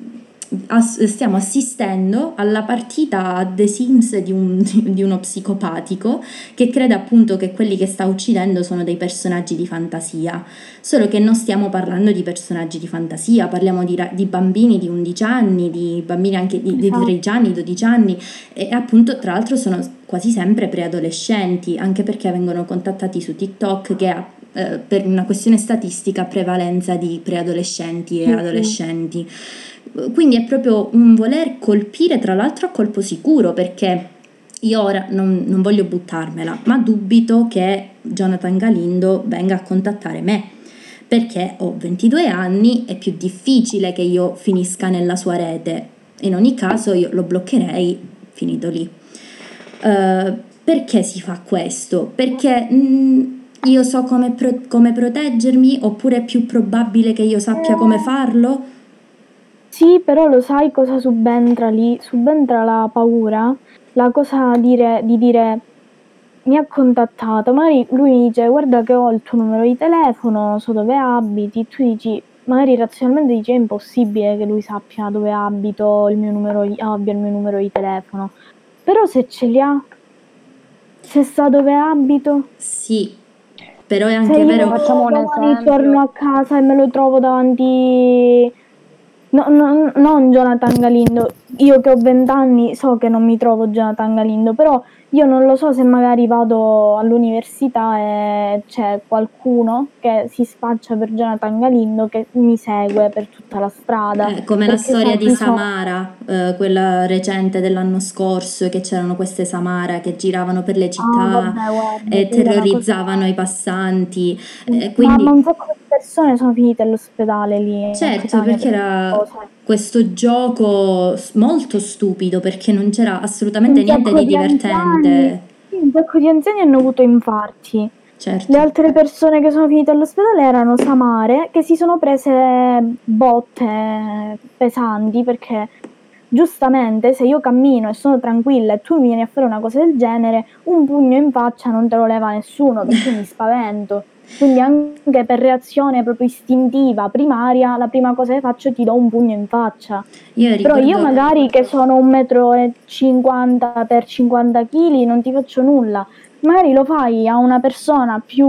ass- stiamo assistendo alla partita The Sims di, un- di uno psicopatico che crede appunto che quelli che sta uccidendo sono dei personaggi di fantasia, solo che non stiamo parlando di personaggi di fantasia, parliamo di, ra- di bambini di undici anni, di bambini anche di, di Esatto. tredici anni, dodici anni, e appunto tra l'altro sono quasi sempre preadolescenti, anche perché vengono contattati su TikTok che ha eh, per una questione statistica prevalenza di preadolescenti e Sì, sì. adolescenti. Quindi è proprio un voler colpire, tra l'altro a colpo sicuro, perché io ora non, non voglio buttarmela, ma dubito che Jonathan Galindo venga a contattare me, perché ho ventidue anni, è più difficile che io finisca nella sua rete. In ogni caso io lo bloccherei, finito lì. Uh, perché si fa questo? Perché mh, io so come, pro- come proteggermi, oppure è più probabile che io sappia come farlo? Sì, però lo sai cosa subentra lì? Subentra la paura, la cosa dire, di dire mi ha contattato, magari lui mi dice guarda che ho il tuo numero di telefono, so dove abiti, tu dici, magari razionalmente dici è impossibile che lui sappia dove abito, il mio numero di, abbia il mio numero di telefono, però se ce li ha, se sa dove abito, Sì, però è se anche io vero. Facciamo un domani esempio. torno a casa e me lo trovo davanti, no, no, non Jonathan Galindo, io che ho vent'anni so che non mi trovo Jonathan Galindo, però io non lo so se magari vado all'università e c'è qualcuno che si spaccia per Jonathan Galindo che mi segue per tutta la strada. Eh, come la perché storia sa di chi sono. Samara, eh, quella recente dell'anno scorso, che c'erano queste Samara che giravano per le Ah, città vabbè, guarda, e quella è una cosa. terrorizzavano i passanti. Eh, Ma, quindi, ma un sacco di persone sono finite all'ospedale lì a certo, Catania perché per era questa cosa. questo gioco s- molto stupido, perché non c'era assolutamente Un niente sacco di di anziani, divertente. sì, un sacco di anziani hanno avuto infarti. Certo. Le altre persone che sono finite all'ospedale erano Samare, che si sono prese botte pesanti perché giustamente se io cammino e sono tranquilla e tu mi vieni a fare una cosa del genere, un pugno in faccia non te lo leva nessuno perché mi spavento. Quindi anche per reazione proprio istintiva, primaria, la prima cosa che faccio è ti do un pugno in faccia. Io Però io ricordo, magari che sono un metro e cinquanta per cinquanta chili non ti faccio nulla. Magari lo fai a una persona più,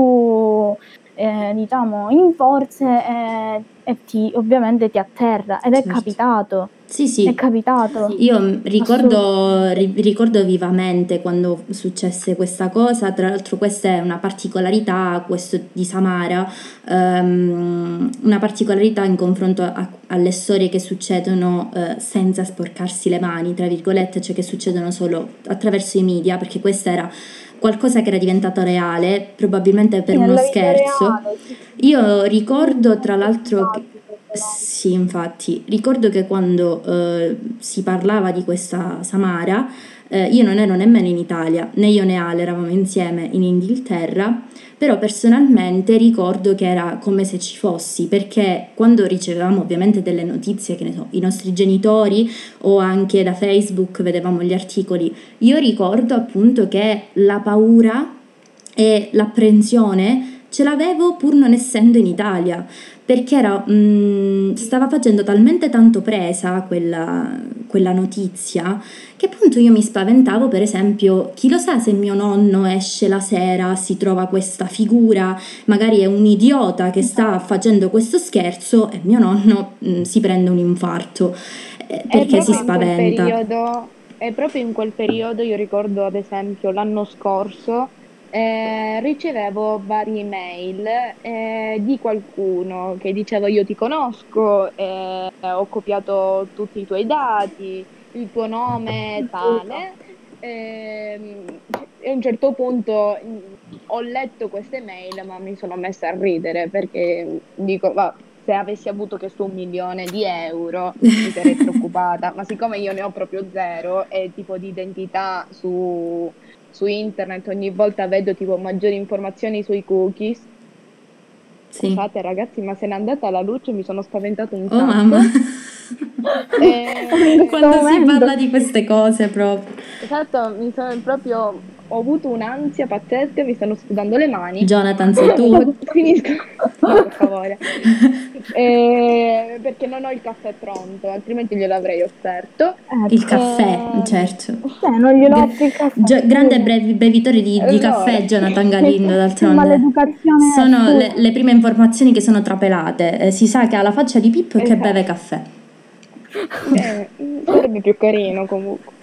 eh, diciamo, in forze e, e ti, ovviamente ti atterra. Ed è certo. capitato. Sì, È sì. capitato. Io mm, ricordo, Assolutamente. ri- ricordo vivamente quando successe questa cosa. Tra l'altro questa è una particolarità, questo di Samara, ehm, una particolarità in confronto a- alle storie che succedono eh, senza sporcarsi le mani, tra virgolette, cioè che succedono solo attraverso i media, perché questa era qualcosa che era diventato reale, probabilmente per Sì, uno nella vita scherzo. reale. Sì, Io sì. ricordo tra Molto l'altro che, simpatico, però. sì, infatti, ricordo che quando eh, si parlava di questa Samara, eh, io non ero nemmeno in Italia, né io né Ale eravamo insieme in Inghilterra, però personalmente ricordo che era come se ci fossi, perché quando ricevevamo ovviamente delle notizie, che ne so, i nostri genitori o anche da Facebook vedevamo gli articoli, io ricordo appunto che la paura e l'apprensione ce l'avevo pur non essendo in Italia, perché era, mh, stava facendo talmente tanto presa quella, quella notizia che appunto io mi spaventavo. Per esempio, chi lo sa se mio nonno esce la sera, si trova questa figura, magari è un idiota che sta facendo questo scherzo e mio nonno mh, si prende un infarto eh, È perché si proprio in quel spaventa. periodo, è proprio in quel periodo, io ricordo ad esempio l'anno scorso, eh, ricevevo varie email eh, di qualcuno che diceva io ti conosco, eh, ho copiato tutti i tuoi dati, il tuo nome è tale, Ehm, E a un certo punto mh, ho letto queste mail, ma mi sono messa a ridere perché dico, va, se avessi avuto questo un milione di euro mi sarei preoccupata, ma siccome io ne ho proprio zero e tipo di identità su, su internet ogni volta vedo tipo maggiori informazioni sui cookies. Sì. Scusate ragazzi, ma se n'è andata la luce, mi sono spaventato un Oh mamma. sacco. In E... questo Quando si momento. parla di queste cose proprio. Esatto, mi sono proprio, ho avuto un'ansia pazzesca, mi stanno sudando le mani. Jonathan, sei Comunque, tu? finisco. No, per favore. Eh, perché non ho il caffè pronto, altrimenti glielo avrei offerto. Il Ecco, caffè, Ehm, certo. cioè, non glielo Gra- offri il caffè, gio- grande scusa. brevi- bevitore di, di allora, caffè, Jonathan Galindo, Che d'altronde. maleducazione è, Sono le, scusa. le prime informazioni che sono trapelate. Eh, si sa che ha la faccia di Pippo e che beve esatto. caffè. Eh, sarebbe più carino comunque.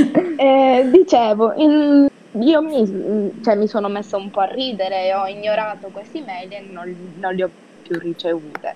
Eh, dicevo, in- io mi, cioè, mi sono messa un po' a ridere e ho ignorato queste email e non, non le ho più ricevute.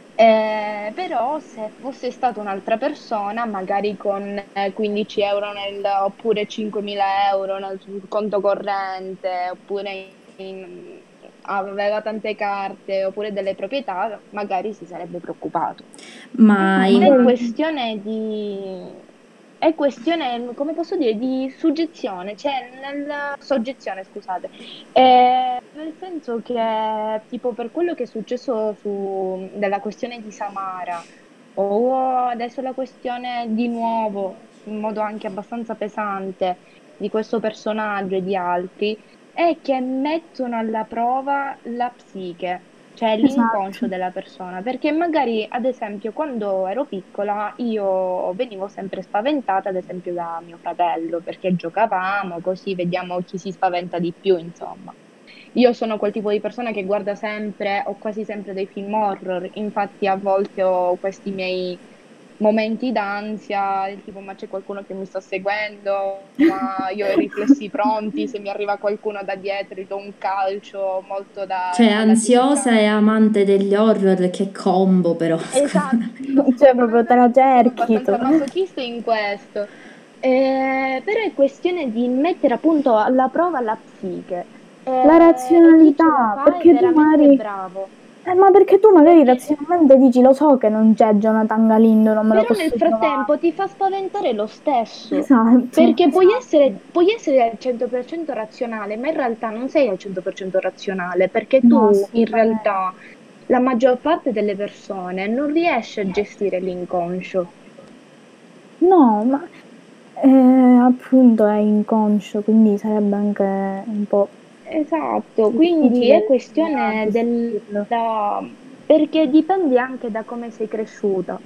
Eh, però se fosse stata un'altra persona, magari con eh, quindici euro nel, oppure cinquemila euro nel sul conto corrente, oppure in- aveva tante carte, oppure delle proprietà, magari si sarebbe preoccupato. Ma No, È in- magari questione di... È questione, come posso dire, di suggezione, cioè nella soggezione, scusate. Eh, nel senso che, tipo, per quello che è successo su, della questione di Samara, o adesso la questione di nuovo, in modo anche abbastanza pesante, di questo personaggio e di altri, è che mettono alla prova la psiche, cioè l'inconscio esatto. della persona, perché magari, ad esempio, quando ero piccola io venivo sempre spaventata, ad esempio, da mio fratello, perché giocavamo, così vediamo chi si spaventa di più, insomma. Io sono quel tipo di persona che guarda sempre o quasi sempre dei film horror, infatti a volte ho questi miei momenti d'ansia, del tipo ma c'è qualcuno che mi sta seguendo, ma io ho i riflessi pronti, se mi arriva qualcuno da dietro gli do un calcio molto cioè, da, da ansiosa e deficiente. amante degli horror, che combo però. Esatto, Cioè, proprio te la sono cerchi tu. abbastanza masochista in questo. Eh, però è questione di mettere appunto alla prova la psiche. La Eh, e chi ce la razionalità, fa è perché tu veramente magari... bravo. Eh, ma perché tu magari Perché razionalmente dici, lo so che non c'è Jonathan Galindo, non me lo però nel posso trovare. frattempo ti fa spaventare lo stesso, Esatto, perché puoi esatto. essere, puoi essere al cento per cento razionale, ma in realtà non sei al cento per cento razionale, perché No, tu in assolutamente. realtà la maggior parte delle persone non riesce a gestire l'inconscio. No, ma eh, appunto è inconscio, quindi sarebbe anche un po' Esatto, quindi è difficile da questione gestirlo. della... perché dipende anche da come sei cresciuta.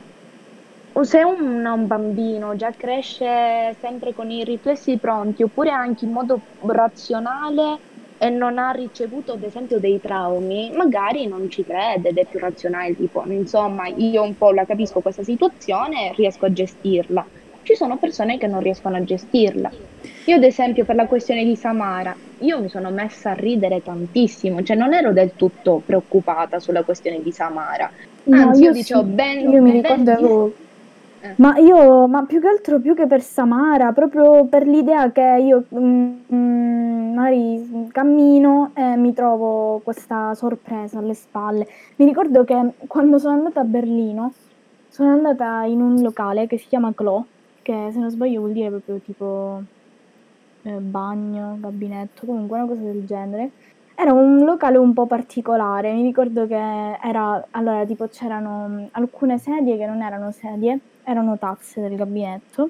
O se un, un bambino già cresce sempre con i riflessi pronti, oppure anche in modo razionale e non ha ricevuto, ad esempio, dei traumi, magari non ci crede ed è più razionale, tipo, insomma, io un po' la capisco questa situazione e riesco a gestirla. Ci sono persone che non riescono a gestirla. Io, ad esempio, per la questione di Samara, io mi sono messa a ridere tantissimo, cioè non ero del tutto preoccupata sulla questione di Samara. No, Anzi, io io sì, dicevo ben, io mi ben chi... ricordo, eh. ma io, ma più che altro più che per Samara, proprio per l'idea che io mm, mm, magari cammino e mi trovo questa sorpresa alle spalle. Mi ricordo che quando sono andata a Berlino, sono andata in un locale che si chiama Clo, che se non sbaglio vuol dire proprio tipo eh, bagno, gabinetto, comunque una cosa del genere. Era un locale un po' particolare, mi ricordo che era, allora tipo c'erano mh, alcune sedie che non erano sedie, erano tazze del gabinetto,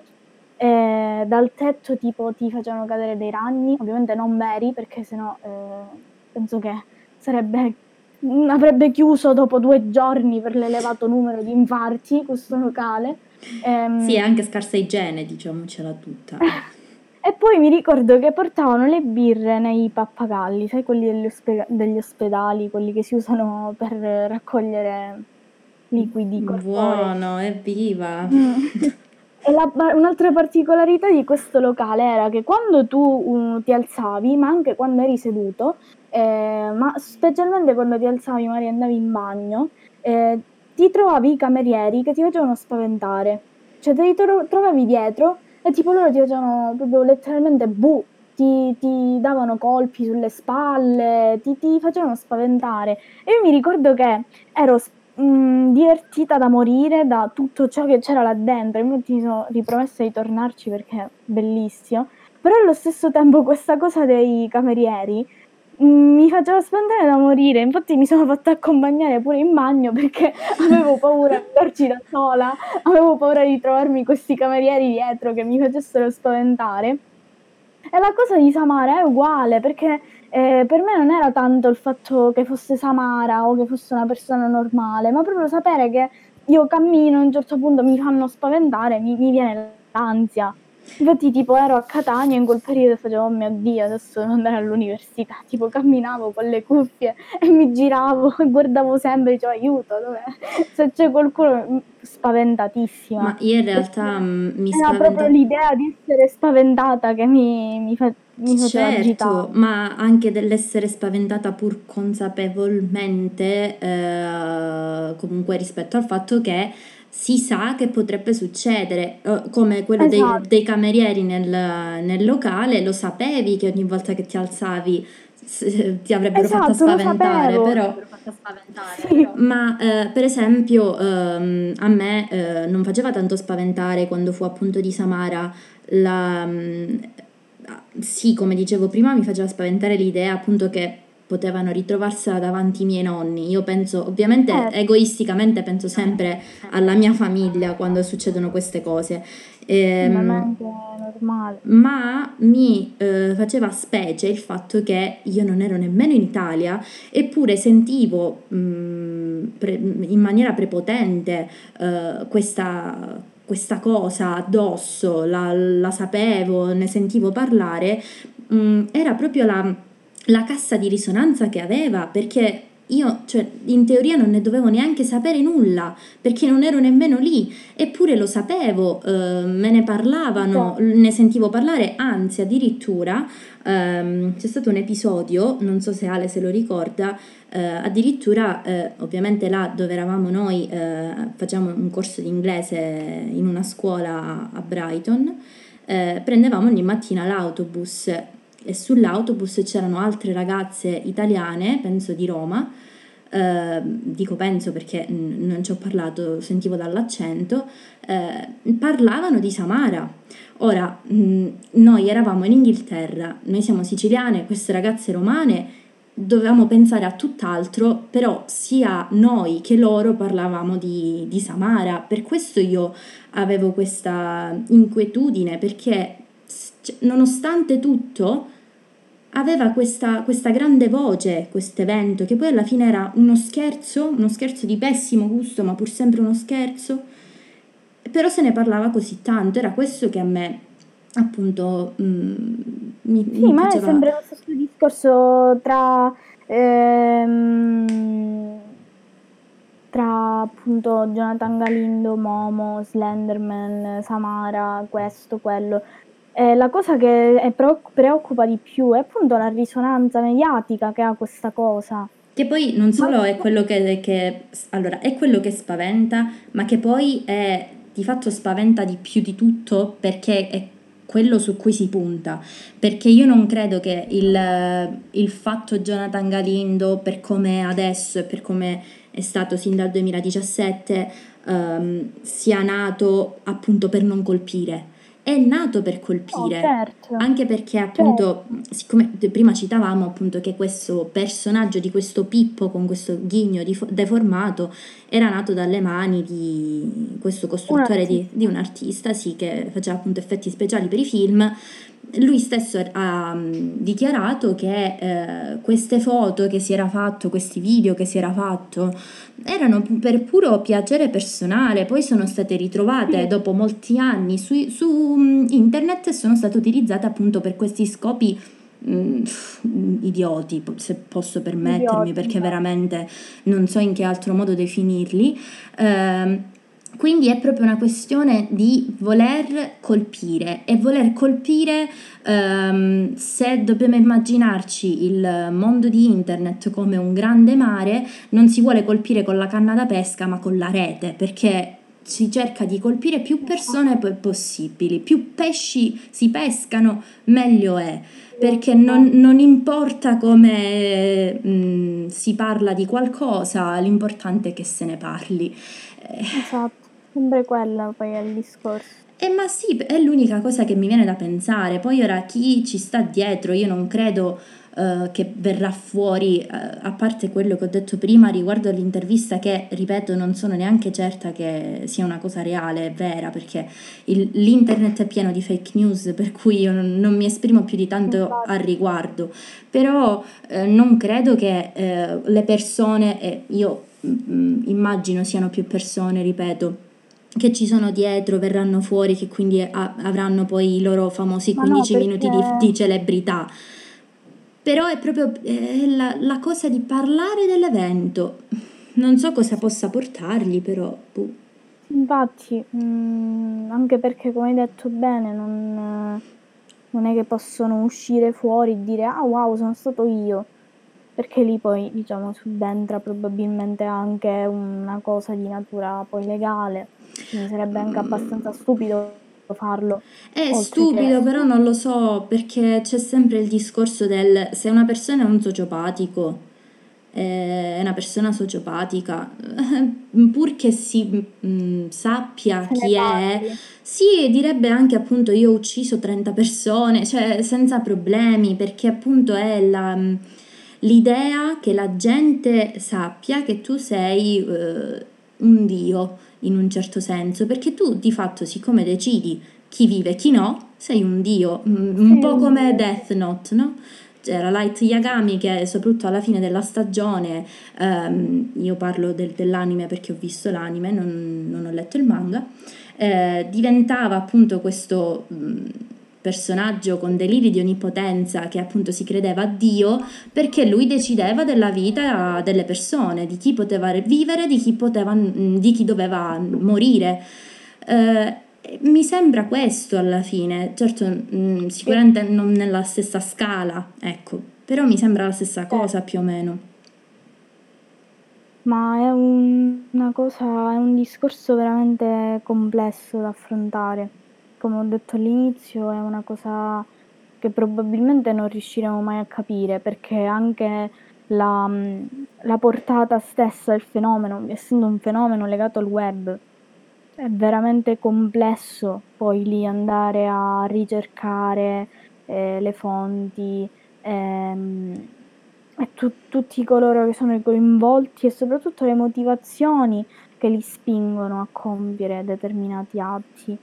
e dal tetto tipo ti facevano cadere dei ragni, ovviamente non veri perché sennò eh, penso che sarebbe, mh, avrebbe chiuso dopo due giorni per l'elevato numero di infarti questo locale. Sì, è Ehm, anche scarsa igiene, diciamocela tutta. e poi mi ricordo che portavano le birre nei pappagalli, sai quelli degli, ospe- degli ospedali, quelli che si usano per raccogliere liquidi corporei. Buono, evviva! Mm. E la pa- un'altra particolarità di questo locale era che quando tu uh, ti alzavi, ma anche quando eri seduto, eh, ma specialmente quando ti alzavi, magari andavi in bagno, eh, ti trovavi i camerieri che ti facevano spaventare. Cioè te li tro- trovavi dietro e tipo loro ti facevano proprio letteralmente buh, ti, ti davano colpi sulle spalle, ti, ti facevano spaventare. E io mi ricordo che ero mh, divertita da morire da tutto ciò che c'era là dentro, infatti mi sono ripromessa di tornarci perché è bellissimo, però allo stesso tempo questa cosa dei camerieri mh, mi faceva spaventare da morire, infatti mi sono fatta accompagnare pure in bagno perché avevo paura di andarci da sola, avevo paura di trovarmi questi camerieri dietro che mi facessero spaventare. E la cosa di Samara è uguale, perché eh, per me non era tanto il fatto che fosse Samara o che fosse una persona normale, ma proprio sapere che io cammino, a un certo punto mi fanno spaventare, mi, mi viene l'ansia. Infatti tipo ero a Catania in quel periodo e facevo, oh mio Dio, adesso devo andare all'università, tipo camminavo con le cuffie e mi giravo e guardavo sempre, dicevo aiuto, dov'è? Se c'è qualcuno, spaventatissima. Ma io in realtà mh, mi Era proprio spaventa. l'idea di essere spaventata che mi, mi, fa- mi faceva agitare. Certo, ma anche dell'essere spaventata pur consapevolmente, eh, comunque rispetto al fatto che si sa che potrebbe succedere, eh, come quello dei, Esatto, dei camerieri nel, nel locale, lo sapevi che ogni volta che ti alzavi s- ti avrebbero fatta esatto, lo spaventare, sapevo. però Sì, ma eh, per esempio ehm, a me eh, non faceva tanto spaventare quando fu appunto di Samara la... mm, ah, sì, come dicevo prima, mi faceva spaventare l'idea appunto che potevano ritrovarsela davanti i miei nonni. Io penso, ovviamente certo, egoisticamente penso sempre alla mia famiglia quando succedono queste cose. ma è Ehm, anche normale. ma mi eh, faceva specie il fatto che io non ero nemmeno in Italia, eppure sentivo mh, pre- in maniera prepotente eh, questa, questa cosa addosso, la, la sapevo, ne sentivo parlare, mh, era proprio la, la cassa di risonanza che aveva, perché io, cioè, in teoria non ne dovevo neanche sapere nulla, perché non ero nemmeno lì. Eppure lo sapevo, eh, me ne parlavano, Esatto. ne sentivo parlare, anzi addirittura ehm, c'è stato un episodio, non so se Ale se lo ricorda, eh, addirittura eh, ovviamente là dove eravamo noi eh, facciamo un corso di inglese in una scuola a Brighton, eh, prendevamo ogni mattina l'autobus e sull'autobus c'erano altre ragazze italiane, penso di Roma, eh, dico penso perché mm, non ci ho parlato, sentivo dall'accento, eh, parlavano di Samara. Ora, mh, noi eravamo in Inghilterra, noi siamo siciliane, queste ragazze romane, dovevamo pensare a tutt'altro, però sia noi che loro parlavamo di, di Samara. Per questo io avevo questa inquietudine, perché s- cioè, nonostante tutto aveva questa, questa grande voce, questo evento, che poi alla fine era uno scherzo, uno scherzo di pessimo gusto, ma pur sempre uno scherzo, però se ne parlava così tanto, era questo che a me appunto mm, mi, Sì, mi ma è faceva... sempre lo stesso discorso tra, ehm, tra appunto Jonathan Galindo, Momo, Slenderman, Samara, questo, quello. Eh, la cosa che è preoc- preoccupa di più è appunto la risonanza mediatica che ha questa cosa. Che poi non Ma solo è quello che, che- allora, è quello che spaventa, ma che poi è di fatto spaventa di più di tutto perché è quello su cui si punta. Perché io non credo che il, il fatto Jonathan Galindo, per come è adesso e per come è stato sin dal duemiladiciassette, ehm, sia nato appunto per non colpire. È nato per no, colpire, certo, anche perché certo, appunto, siccome prima citavamo appunto che questo personaggio di questo Pippo con questo ghigno difo- deformato era nato dalle mani di questo un costruttore di, di artista. un artista, sì, che faceva appunto effetti speciali per i film. Lui stesso ha mm, dichiarato che eh, queste foto che si era fatto, questi video che si era fatto, erano pu- per puro piacere personale, poi sono state ritrovate Sì, dopo molti anni su, su, mm, internet e sono state utilizzate appunto per questi scopi mm, pff, idioti, po- se posso permettermi, idioti, perché esatto. veramente non so in che altro modo definirli. Ehm, quindi è proprio una questione di voler colpire e voler colpire, ehm, se dobbiamo immaginarci il mondo di internet come un grande mare, non si vuole colpire con la canna da pesca ma con la rete, perché si cerca di colpire più persone po- possibili, più pesci si pescano, meglio è, perché non, non importa come mh, si parla di qualcosa, l'importante è che se ne parli. Eh, Esatto, sempre quello poi è il discorso. eh, ma sì, è l'unica cosa che mi viene da pensare. Poi ora chi ci sta dietro, io non credo eh, che verrà fuori, eh, a parte quello che ho detto prima riguardo all'intervista, che ripeto, non sono neanche certa che sia una cosa reale, vera, perché il- l'internet è pieno di fake news, per cui io non, non mi esprimo più di tanto Infatti, al riguardo. Però eh, non credo che eh, le persone, e io mm, immagino siano più persone, ripeto che ci sono dietro, verranno fuori, che quindi a- avranno poi i loro famosi ma no, quindici minuti di, perché di celebrità. Però è proprio eh, la, la cosa di parlare dell'evento. Non so cosa possa portargli, però. boh. infatti, mm, anche perché come hai detto bene, non, non è che possono uscire fuori e dire ah wow, sono stato io, perché lì poi diciamo subentra probabilmente anche una cosa di natura poi legale, quindi sarebbe anche abbastanza stupido farlo, È oltre che stupido, però non lo so, perché c'è sempre il discorso del se una persona è un sociopatico, eh, è una persona sociopatica, eh, pur che si mm, sappia se ne chi è, parli. sì, direbbe anche appunto io ho ucciso trenta persone, cioè senza problemi, perché appunto è la, mm, l'idea che la gente sappia che tu sei eh, un dio in un certo senso, perché tu di fatto, siccome decidi chi vive e chi no, sei un dio, mm, un Sei po' un come dio, Death Note, no? C'era Light Yagami che soprattutto alla fine della stagione, ehm, io parlo del- dell'anime perché ho visto l'anime, non, non ho letto il manga, eh, diventava appunto questo mh, personaggio con deliri di onnipotenza che appunto si credeva Dio perché lui decideva della vita delle persone, di chi poteva vivere, di chi poteva, mh, di chi doveva morire. Eh, mi sembra questo alla fine, certo, mh, sì, sicuramente non nella stessa scala, ecco, però mi sembra la stessa cosa certo. più o meno. Ma è un- una cosa, è un discorso veramente complesso da affrontare. Come ho detto all'inizio, è una cosa che probabilmente non riusciremo mai a capire, perché anche la, mh, la portata stessa del fenomeno, essendo un fenomeno legato al web, è veramente complesso poi lì andare a ricercare eh, le fonti ehm, e tu- tutti coloro che sono coinvolti e soprattutto le motivazioni che li spingono a compiere determinati atti.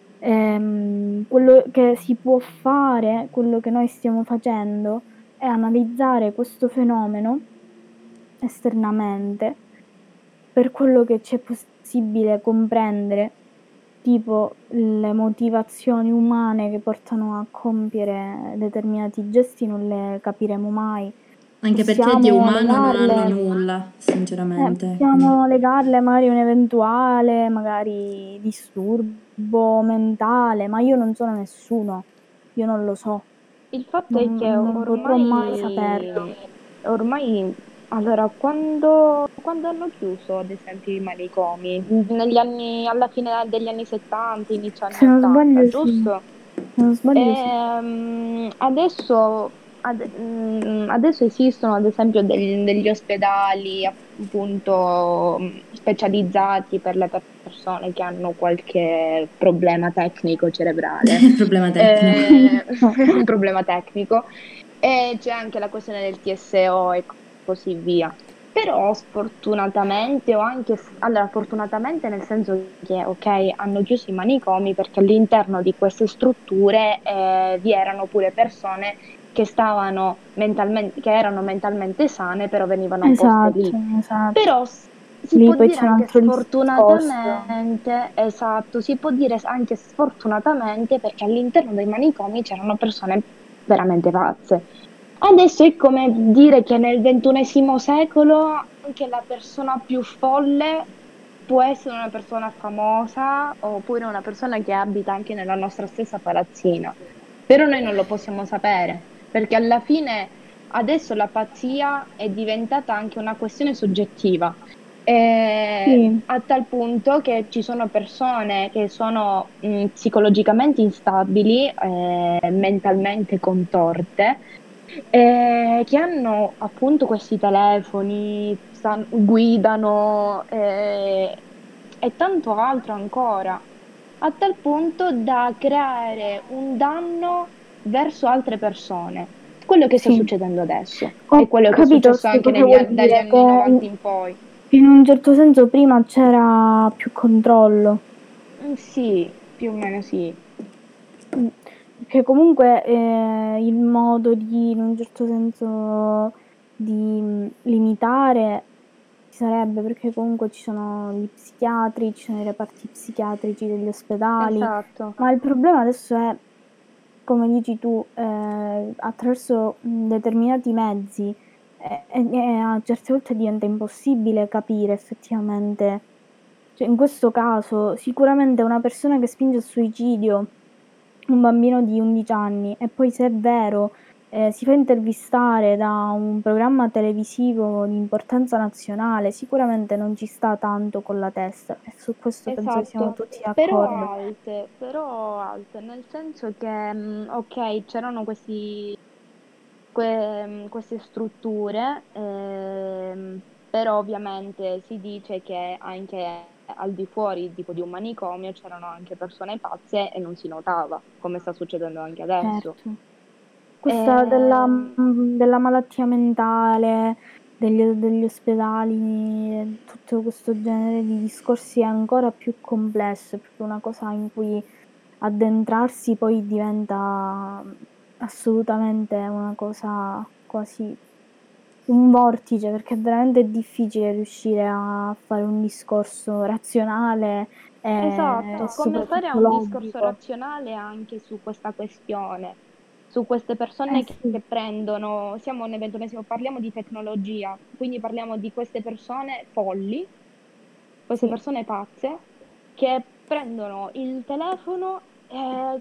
Ehm, quello che si può fare, quello che noi stiamo facendo, è analizzare questo fenomeno esternamente per quello che ci è possibile comprendere, tipo le motivazioni umane che portano a compiere determinati gesti non le capiremo mai. Anche perché di Possiamo umano non hanno legarle, nulla, eh, sinceramente. quindi- possiamo legarle magari a un eventuale, magari disturbo mentale, ma io non sono nessuno, io non lo so, Il fatto è che non, non potrò mai saperlo. ormai, ormai, allora, quando, quando hanno chiuso, ad esempio, i manicomi, negli anni, alla fine degli anni settanta, inizio Se anni non ottanta, sbaglio sì, giusto? se non sbaglio sì. Ehm, adesso, ad- mm, adesso esistono, ad esempio, del- degli ospedali appunto mm, specializzati per le persone che hanno qualche problema tecnico cerebrale, Problema tecnico. eh, un problema tecnico, e c'è anche la questione del T S O e così via. Però sfortunatamente o anche, allora fortunatamente nel senso che ok, hanno chiuso i manicomi perché all'interno di queste strutture eh, vi erano pure persone che stavano mentalmente, che erano mentalmente sane, però venivano poste Esatto, lì. esatto. Però s- si Lì può poi dire c'è un anche altro discorso. sfortunatamente, esatto, si può dire anche sfortunatamente perché all'interno dei manicomi c'erano persone veramente pazze. Adesso è come dire che nel ventunesimo secolo anche la persona più folle può essere una persona famosa oppure una persona che abita anche nella nostra stessa palazzina. Però noi non lo possiamo sapere, perché alla fine adesso la pazzia è diventata anche una questione soggettiva. E Sì, a tal punto che ci sono persone che sono mh, psicologicamente instabili, eh, mentalmente contorte, eh, che hanno appunto questi telefoni, san- guidano eh, e tanto altro ancora, a tal punto da creare un danno verso altre persone. Quello che sta sì. succedendo adesso e Ho quello che è capito successo se anche cosa negli vuoi an- dagli dire, che anni novanta in poi. in un certo senso prima c'era più controllo. Mm, sì, più o meno sì. Mm. Perché comunque eh, il modo di, in un certo senso, di mm, limitare ci sarebbe, perché comunque ci sono gli psichiatri, ci sono i reparti psichiatrici degli ospedali, Esatto, ma il problema adesso è, come dici tu, eh, attraverso mm, determinati mezzi, e e- e a certe volte diventa impossibile capire effettivamente. Cioè, in questo caso, sicuramente una persona che spinge al suicidio, un bambino di undici anni, e poi se è vero, eh, si fa intervistare da un programma televisivo di importanza nazionale, sicuramente non ci sta tanto con la testa, e su questo penso che siamo esatto. tutti Però d'accordo. alte, però alte, nel senso che, mm, ok, c'erano questi que- queste strutture, ehm, però ovviamente si dice che anche al di fuori tipo di un manicomio c'erano anche persone pazze e non si notava, come sta succedendo anche adesso. Certo. Questa della, Ehm, mm, della malattia mentale, degli, degli ospedali, tutto questo genere di discorsi è ancora più complesso, è proprio una cosa in cui addentrarsi poi diventa assolutamente una cosa quasi un vortice, perché è veramente difficile riuscire a fare un discorso razionale e, e esatto, come fare soprattutto un discorso logico. razionale anche su questa questione, su queste Eh persone che, sì, che prendono, siamo nel ventunesimo, parliamo di tecnologia, quindi parliamo di queste persone folli, queste sì. persone pazze che prendono il telefono e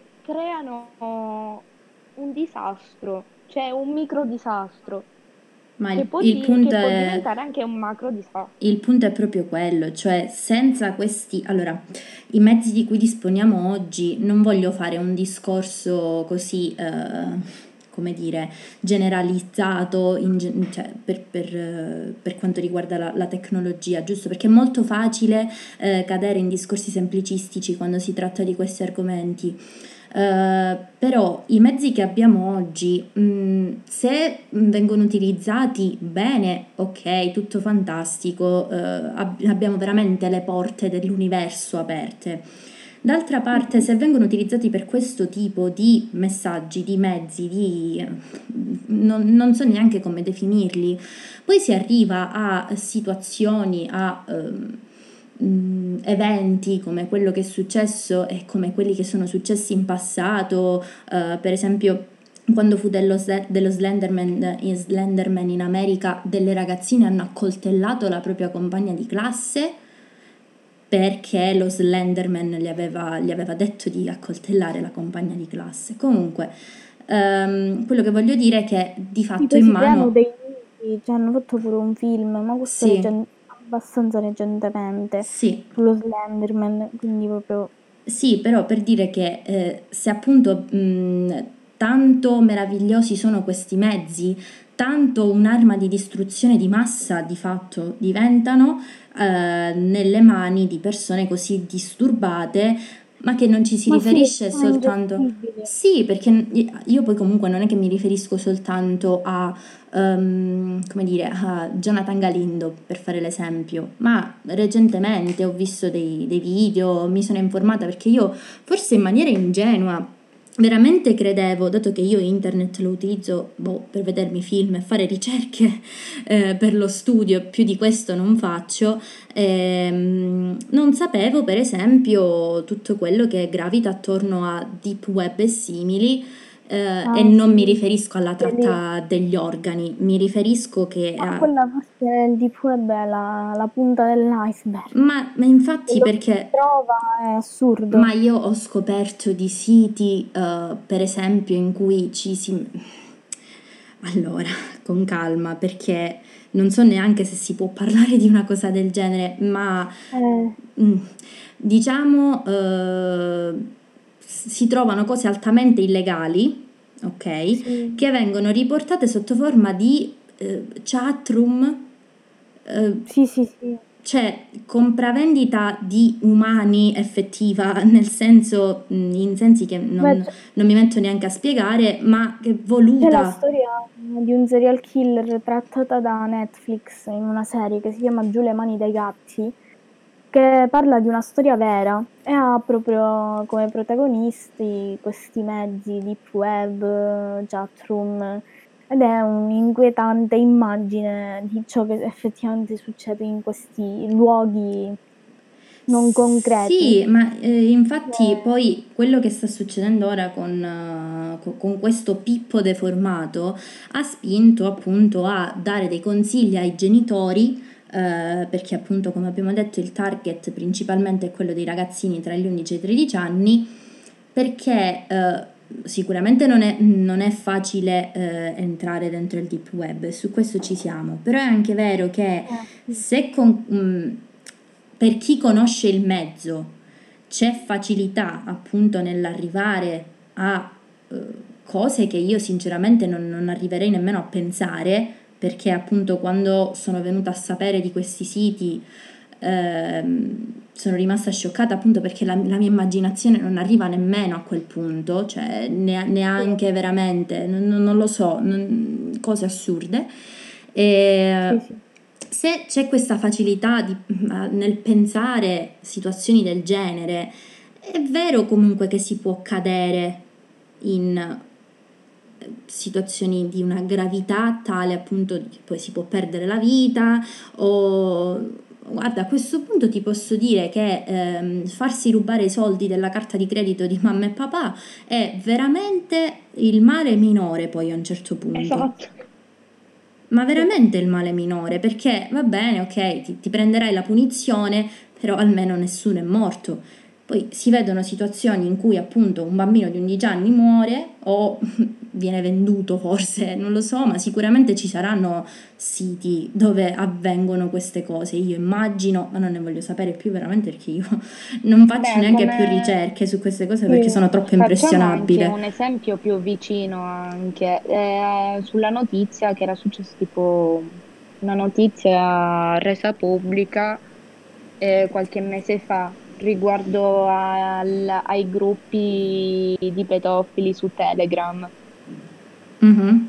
creano un disastro, cioè un micro disastro, Ma il, che può, il di- punto che può è, diventare anche un macro disastro. il punto è proprio quello, cioè senza questi, allora, i mezzi di cui disponiamo oggi, non voglio fare un discorso così, eh, come dire, generalizzato in ge- cioè, per, per, eh, per quanto riguarda la, la tecnologia, giusto? Perché è molto facile eh, cadere in discorsi semplicistici quando si tratta di questi argomenti. Eh, però i mezzi che abbiamo oggi, mh, se vengono utilizzati bene, ok, tutto fantastico, eh, ab- abbiamo veramente le porte dell'universo aperte. D'altra parte, Mhm. se vengono utilizzati per questo tipo di messaggi, di mezzi, di... non, non so neanche come definirli, poi si arriva a situazioni, a ehm, mh, eventi come quello che è successo e come quelli che sono successi in passato, eh, per esempio quando fu dello, Sle- dello Slenderman in Slenderman in America, delle ragazzine hanno accoltellato la propria compagna di classe perché lo Slenderman gli aveva, gli aveva detto di accoltellare la compagna di classe. Comunque, ehm, quello che voglio dire è che di Sì, fatto poi in si creano mano, dei miti, ci hanno fatto pure un film, ma questo sì, recen- abbastanza recentemente, sì, sullo Slenderman, quindi proprio sì, però per dire che eh, se appunto mh, tanto meravigliosi sono questi mezzi, tanto un'arma di distruzione di massa di fatto diventano eh, nelle mani di persone così disturbate, ma che non ci si ma sì, che riferisce sono soltanto... ingestibili. Sì, perché io poi comunque non è che mi riferisco soltanto a ehm, come dire, a Jonathan Galindo, per fare l'esempio, ma recentemente ho visto dei, dei video, mi sono informata perché io, forse in maniera ingenua, veramente credevo, dato che io internet lo utilizzo boh, per vedermi film e fare ricerche eh, per lo studio, più di questo non faccio, ehm, non sapevo per esempio tutto quello che gravita attorno a deep web e simili, eh, e Ah non mi sì, riferisco alla che lì. tratta degli organi, mi riferisco che Ma a... quella forse è il deep web è la, la punta dell'iceberg. Ma, ma infatti Quello che si perché... trova è Ma assurdo. io ho scoperto di siti, eh, per esempio, in cui ci si... allora, con calma, perché non so neanche se si può parlare di una cosa del genere, ma Eh, mm, diciamo eh, si trovano cose altamente illegali, ok? sì, Che vengono riportate sotto forma di eh, chatroom, eh, sì, sì, sì. cioè compravendita di umani effettiva, nel senso, mh, in sensi che Beh, non, c'è non mi metto neanche a spiegare, ma che c'è la voluta. storia di un serial killer trattata da Netflix in una serie che si chiama Giù le mani dai gatti, che parla di una storia vera e ha proprio come protagonisti questi mezzi, deep web, chatroom, ed è un'inquietante immagine di ciò che effettivamente succede in questi luoghi non concreti. Sì, ma eh, infatti Eh, poi quello che sta succedendo ora con, eh, co- con questo Pippo deformato ha spinto appunto a dare dei consigli ai genitori, eh, perché appunto come abbiamo detto il target principalmente è quello dei ragazzini tra gli undici e i tredici anni, perché eh, sicuramente non è, non è facile eh, entrare dentro il deep web, su questo ci siamo, però è anche vero che eh, sì, se con- mh, per chi conosce il mezzo c'è facilità appunto nell'arrivare a eh, cose che io sinceramente non, non arriverei nemmeno a pensare, perché appunto quando sono venuta a sapere di questi siti ehm, sono rimasta scioccata appunto perché la, la mia immaginazione non arriva nemmeno a quel punto, cioè ne- sì, neanche veramente, non, non- non lo so, non- cose assurde. E sì, sì. se c'è questa facilità di- nel pensare situazioni del genere, è vero comunque che si può cadere in eh, situazioni di una gravità tale appunto che poi si può perdere la vita o guarda, a questo punto ti posso dire che ehm, farsi rubare i soldi della carta di credito di mamma e papà è veramente il male minore poi a un certo punto. Esatto. Ma Sì. veramente il male minore, perché va bene, ok, ti, ti prenderai la punizione, però almeno nessuno è morto. Poi si vedono situazioni in cui appunto un bambino di undici anni muore o viene venduto forse, non lo so, ma sicuramente ci saranno siti dove avvengono queste cose. Io immagino, ma non ne voglio sapere più veramente perché io non faccio Beh, neanche più come ricerche su queste cose perché Sì. sono troppo facciamo anche impressionabile. un esempio più vicino anche eh, sulla notizia che era successa tipo una notizia resa pubblica eh, qualche mese fa riguardo al- ai gruppi di pedofili su Telegram, Mhm.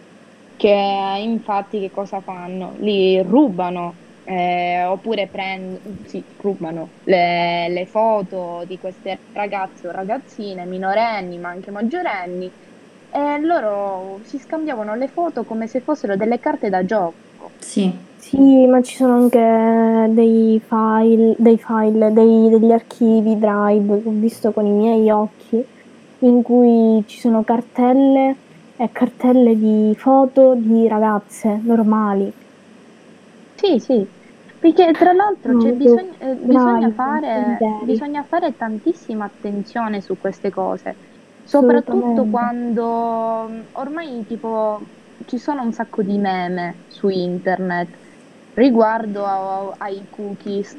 che infatti che cosa fanno? Li rubano, eh, oppure prendono, sì, rubano le, le foto di queste ragazze o ragazzine, minorenni ma anche maggiorenni, e loro si scambiavano le foto come se fossero delle carte da gioco. Sì. Sì, ma ci sono anche dei file, dei file, dei- degli archivi Drive che ho visto con i miei occhi, in cui ci sono cartelle e cartelle di foto di ragazze normali. Sì, sì, perché tra l'altro Sono c'è proprio bisogno, eh, bisogna Drive fare, interi, bisogna fare tantissima attenzione su queste cose, soprattutto assolutamente. quando mh, ormai tipo ci sono un sacco di meme su internet riguardo a- ai cookies.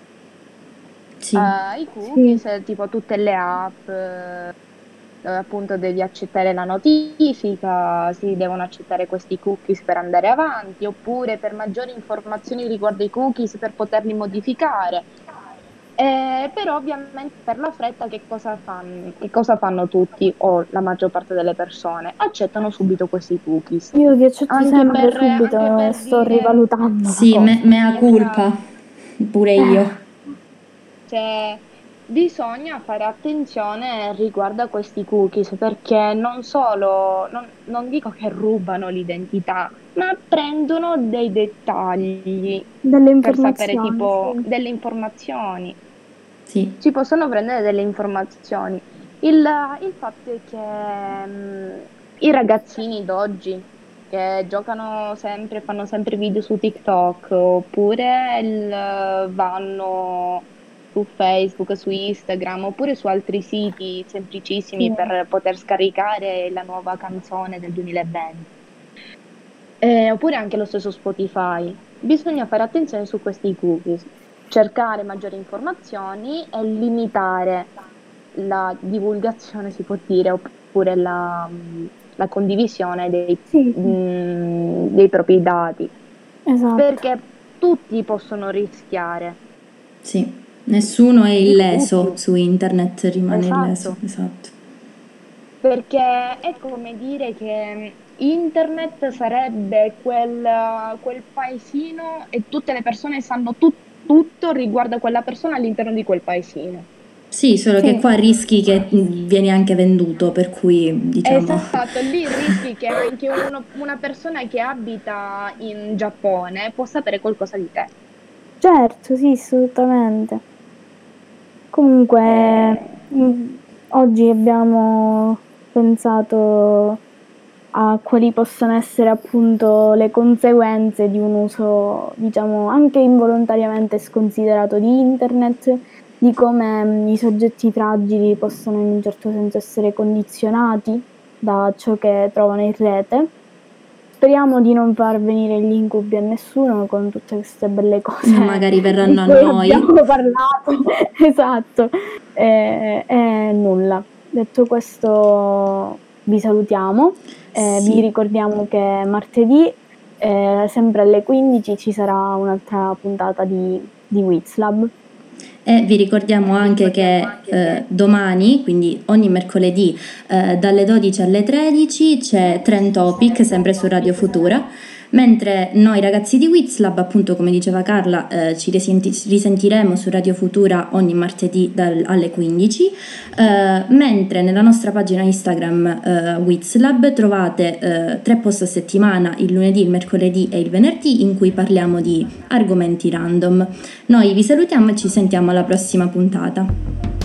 Sì. Eh, i Sì, cookies, eh, tipo tutte le app, eh, dove appunto devi accettare la notifica, si devono accettare questi cookies per andare avanti, oppure per maggiori informazioni riguardo i cookies per poterli modificare. Eh, però ovviamente per la fretta che cosa fanno, che cosa fanno tutti o la maggior parte delle persone? Accettano subito questi cookies. io li accetto Anche sempre per, subito anche e per sto dire, rivalutando la Sì, me- cosa. mea culpa, pure Eh, io. cioè, bisogna fare attenzione riguardo a questi cookies perché non solo, non, non dico che rubano l'identità, ma prendono dei dettagli delle per sapere informazioni, tipo sì. delle informazioni. Sì. Si possono prendere delle informazioni. Il, il fatto è che mh, i ragazzini d'oggi che giocano sempre, fanno sempre video su TikTok oppure il- vanno su Facebook, su Instagram oppure su altri siti Sì, semplicissimi per poter scaricare la nuova canzone del duemilaventi. Eh, oppure anche lo stesso Spotify. Bisogna fare attenzione su questi cookies, cercare maggiori informazioni e limitare la divulgazione, si può dire, oppure la, mm, la condivisione dei, Sì, mm, dei propri dati, esatto. perché tutti possono rischiare. Sì, nessuno è Dico illeso tutti. su internet, rimane Esatto. illeso, esatto. Perché è come dire che internet sarebbe quel, quel paesino e tutte le persone sanno tut- tutto riguardo a quella persona all'interno di quel paesino. Sì, solo che Sì. qua rischi che mm, vieni anche venduto, per cui diciamo... Esatto, lì rischi che anche uno- una persona che abita in Giappone può sapere qualcosa di te. Certo, sì, assolutamente. Comunque, mh, oggi abbiamo pensato a quali possono essere appunto le conseguenze di un uso, diciamo, anche involontariamente sconsiderato di internet, di come mh, i soggetti fragili possono in un certo senso essere condizionati da ciò che trovano in rete. Speriamo di non far venire gli incubi a nessuno con tutte queste belle cose Magari verranno di a cui noi. abbiamo parlato. Esatto. E, e nulla. Detto questo, vi salutiamo. Eh, Sì. Vi ricordiamo che martedì, eh, sempre alle quindici, ci sarà un'altra puntata di, di Wizlab. E vi ricordiamo anche che eh, domani, quindi ogni mercoledì eh, dalle dodici alle tredici c'è Trend Topic sempre su Radio Futura, mentre noi ragazzi di Wizlab, appunto come diceva Carla, eh, ci risenti- risentiremo su Radio Futura ogni martedì dal- alle quindici, eh, mentre nella nostra pagina Instagram eh, Wizlab trovate eh, tre post a settimana, il lunedì, il mercoledì e il venerdì, in cui parliamo di argomenti random. Noi vi salutiamo e ci sentiamo alla prossima puntata.